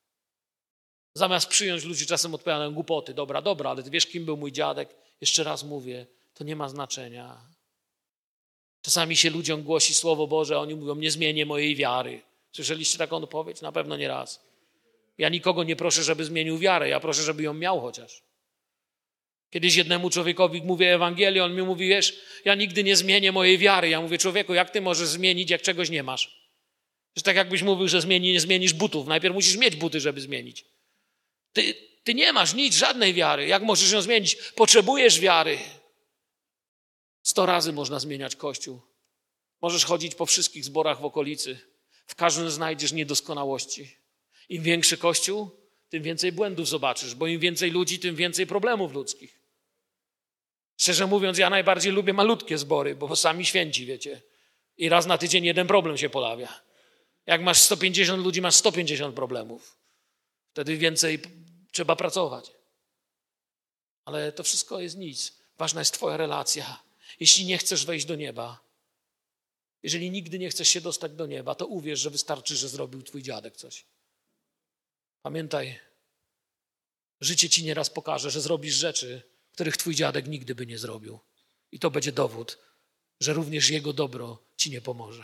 Zamiast przyjąć, ludzie czasem odpowiadają głupoty. Dobra, dobra, ale ty wiesz, kim był mój dziadek? Jeszcze raz mówię, to nie ma znaczenia. Czasami się ludziom głosi Słowo Boże, a oni mówią, nie zmienię mojej wiary. Słyszeliście taką odpowiedź? Na pewno nie raz. Ja nikogo nie proszę, żeby zmienił wiarę, ja proszę, żeby ją miał chociaż. Kiedyś jednemu człowiekowi mówię Ewangelię, on mi mówi, wiesz, ja nigdy nie zmienię mojej wiary. Ja mówię, człowieku, jak ty możesz zmienić, jak czegoś nie masz? To jest tak, jakbyś mówił, że zmieni, nie zmienisz butów. Najpierw musisz mieć buty, żeby zmienić. Ty, ty nie masz nic, żadnej wiary. Jak możesz ją zmienić? Potrzebujesz wiary. Sto razy można zmieniać Kościół. Możesz chodzić po wszystkich zborach w okolicy. W każdym znajdziesz niedoskonałości. Im większy Kościół, tym więcej błędów zobaczysz, bo im więcej ludzi, tym więcej problemów ludzkich. Szczerze mówiąc, ja najbardziej lubię malutkie zbory, bo sami święci, wiecie. I raz na tydzień jeden problem się pojawia. Jak masz sto pięćdziesiąt ludzi, masz sto pięćdziesiąt problemów. Wtedy więcej trzeba pracować. Ale to wszystko jest nic. Ważna jest twoja relacja. Jeśli nie chcesz wejść do nieba, jeżeli nigdy nie chcesz się dostać do nieba, to uwierz, że wystarczy, że zrobił twój dziadek coś. Pamiętaj, życie ci nieraz pokaże, że zrobisz rzeczy, których twój dziadek nigdy by nie zrobił. I to będzie dowód, że również jego dobro ci nie pomoże.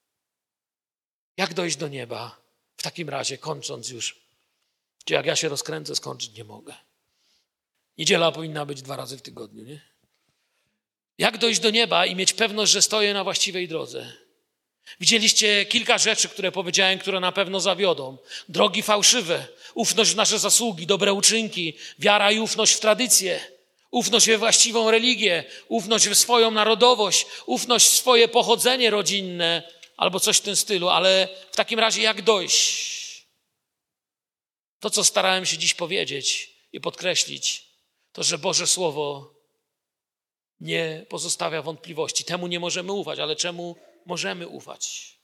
Jak dojść do nieba? W takim razie, kończąc już, czy jak ja się rozkręcę, skończyć nie mogę. Niedziela powinna być dwa razy w tygodniu, nie? Jak dojść do nieba i mieć pewność, że stoję na właściwej drodze? Widzieliście kilka rzeczy, które powiedziałem, które na pewno zawiodą. Drogi fałszywe, ufność w nasze zasługi, dobre uczynki, wiara i ufność w tradycję, ufność we właściwą religię, ufność w swoją narodowość, ufność w swoje pochodzenie rodzinne albo coś w tym stylu. Ale w takim razie jak dojść? To, co starałem się dziś powiedzieć i podkreślić, to, że Boże Słowo nie pozostawia wątpliwości. Temu nie możemy ufać, ale czemu możemy ufać?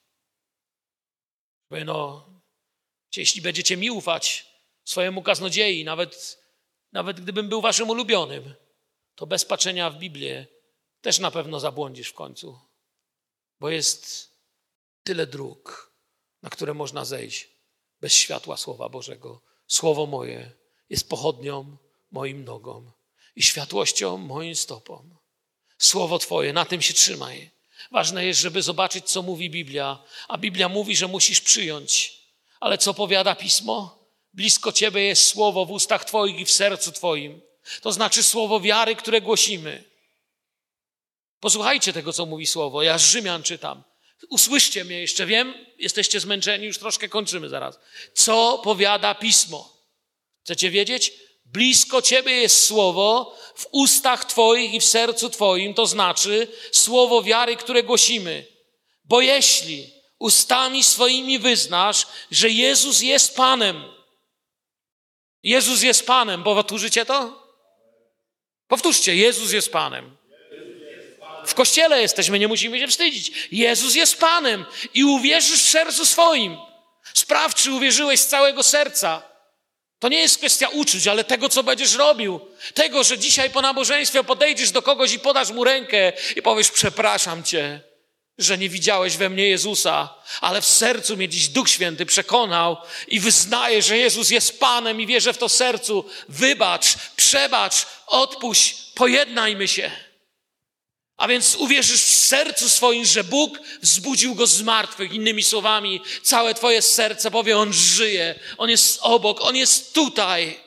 Bo no, jeśli będziecie mi ufać, swojemu kaznodziei, nawet, nawet gdybym był waszym ulubionym, to bez patrzenia w Biblię też na pewno zabłądzisz w końcu. Bo jest tyle dróg, na które można zejść bez światła Słowa Bożego. Słowo moje jest pochodnią moim nogom i światłością moim stopom. Słowo Twoje, na tym się trzymaj. Ważne jest, żeby zobaczyć, co mówi Biblia. A Biblia mówi, że musisz przyjąć. Ale co powiada Pismo? Blisko Ciebie jest słowo w ustach Twoich i w sercu Twoim. To znaczy słowo wiary, które głosimy. Posłuchajcie tego, co mówi słowo. Ja z Rzymian czytam. Usłyszcie mnie jeszcze, wiem, jesteście zmęczeni, już troszkę kończymy zaraz. Co powiada Pismo? Chcecie wiedzieć? Blisko Ciebie jest słowo w ustach Twoich i w sercu Twoim, to znaczy słowo wiary, które głosimy. Bo jeśli ustami swoimi wyznasz, że Jezus jest Panem, Jezus jest Panem, powtórzycie to? Powtórzcie, Jezus jest Panem. W kościele jesteśmy, nie musimy się wstydzić. Jezus jest Panem i uwierzysz w sercu swoim. Sprawdź, czy uwierzyłeś z całego serca. To nie jest kwestia uczuć, ale tego, co będziesz robił. Tego, że dzisiaj po nabożeństwie podejdziesz do kogoś i podasz mu rękę i powiesz, przepraszam Cię, że nie widziałeś we mnie Jezusa, ale w sercu mnie dziś Duch Święty przekonał i wyznaję, że Jezus jest Panem i wierzę w to sercu. Wybacz, przebacz, odpuść, pojednajmy się. A więc uwierzysz w sercu swoim, że Bóg wzbudził Go z martwych. Innymi słowami, całe Twoje serce powie, On żyje, On jest obok, On jest tutaj.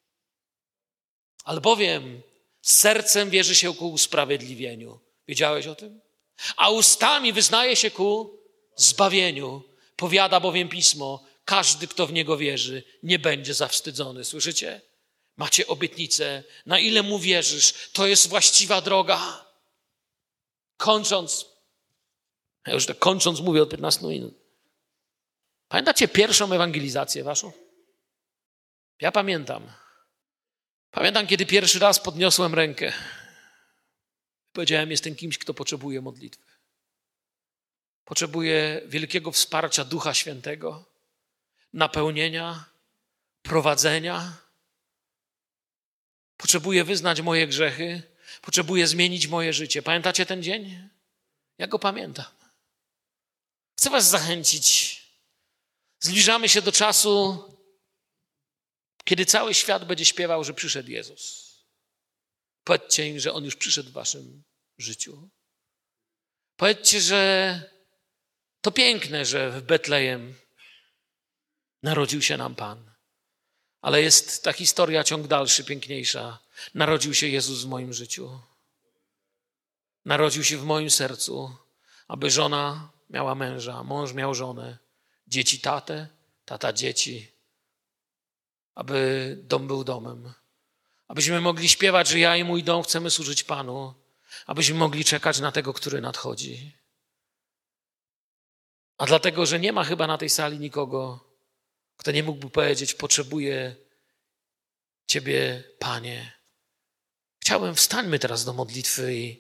Albowiem sercem wierzy się ku usprawiedliwieniu. Wiedziałeś o tym? A ustami wyznaje się ku zbawieniu. Powiada bowiem Pismo, każdy, kto w Niego wierzy, nie będzie zawstydzony. Słyszycie? Macie obietnicę. Na ile Mu wierzysz, to jest właściwa droga. Kończąc, ja już tak kończąc mówię od piętnastu minut. Pamiętacie pierwszą ewangelizację waszą? Ja pamiętam. Pamiętam, kiedy pierwszy raz podniosłem rękę. Powiedziałem, jestem kimś, kto potrzebuje modlitwy. Potrzebuje wielkiego wsparcia Ducha Świętego, napełnienia, prowadzenia. Potrzebuję wyznać moje grzechy. Potrzebuję zmienić moje życie. Pamiętacie ten dzień? Ja go pamiętam. Chcę was zachęcić. Zbliżamy się do czasu, kiedy cały świat będzie śpiewał, że przyszedł Jezus. Powiedzcie im, że On już przyszedł w waszym życiu. Powiedzcie, że to piękne, że w Betlejem narodził się nam Pan. Ale jest ta historia ciąg dalszy, piękniejsza. Narodził się Jezus w moim życiu. Narodził się w moim sercu, aby żona miała męża, mąż miał żonę, dzieci tatę, tata dzieci, aby dom był domem. Abyśmy mogli śpiewać, że ja i mój dom chcemy służyć Panu, abyśmy mogli czekać na tego, który nadchodzi. A dlatego, że nie ma chyba na tej sali nikogo, kto nie mógłby powiedzieć, potrzebuję Ciebie, Panie. Chciałbym, wstańmy teraz do modlitwy. I,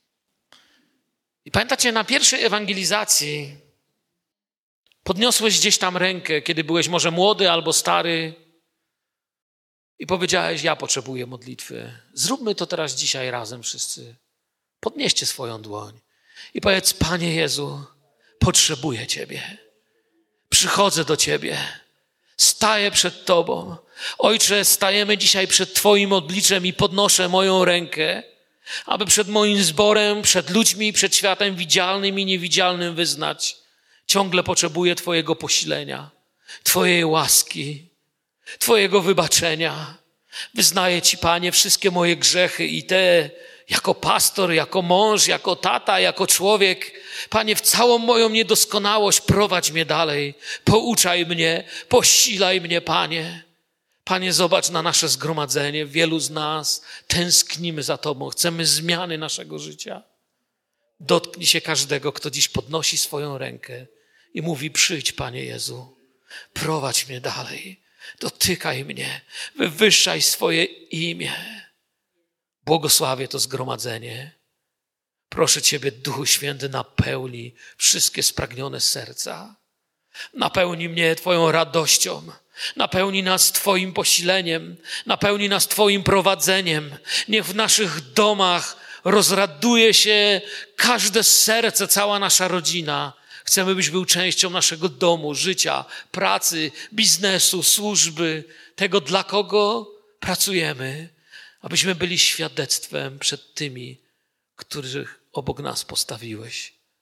i pamiętacie, na pierwszej ewangelizacji podniosłeś gdzieś tam rękę, kiedy byłeś może młody albo stary i powiedziałeś, ja potrzebuję modlitwy. Zróbmy to teraz dzisiaj razem wszyscy. Podnieście swoją dłoń i powiedz, Panie Jezu, potrzebuję Ciebie. Przychodzę do Ciebie. Staję przed Tobą. Ojcze, stajemy dzisiaj przed Twoim obliczem i podnoszę moją rękę, aby przed moim zborem, przed ludźmi, przed światem widzialnym i niewidzialnym wyznać. Ciągle potrzebuję Twojego posilenia, Twojej łaski, Twojego wybaczenia. Wyznaję Ci, Panie, wszystkie moje grzechy i te jako pastor, jako mąż, jako tata, jako człowiek. Panie, w całą moją niedoskonałość prowadź mnie dalej. Pouczaj mnie, posilaj mnie, Panie. Panie, zobacz na nasze zgromadzenie. Wielu z nas tęsknimy za Tobą. Chcemy zmiany naszego życia. Dotknij się każdego, kto dziś podnosi swoją rękę i mówi, przyjdź, Panie Jezu. Prowadź mnie dalej. Dotykaj mnie. Wywyższaj swoje imię. Błogosławię to zgromadzenie. Proszę Ciebie, Duchu Święty, napełnij wszystkie spragnione serca. Napełnij mnie Twoją radością. Napełnij nas Twoim posileniem. Napełnij nas Twoim prowadzeniem. Niech w naszych domach rozraduje się każde serce, cała nasza rodzina. Chcemy, byś był częścią naszego domu, życia, pracy, biznesu, służby, tego, dla kogo pracujemy, abyśmy byli świadectwem przed tymi, których obok nas postawiłeś.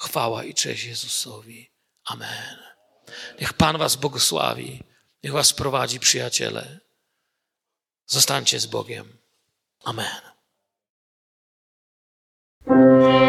Chwała i cześć Jezusowi. Amen. Niech Pan was błogosławi. Niech was prowadzi, przyjaciele. Zostańcie z Bogiem. Amen.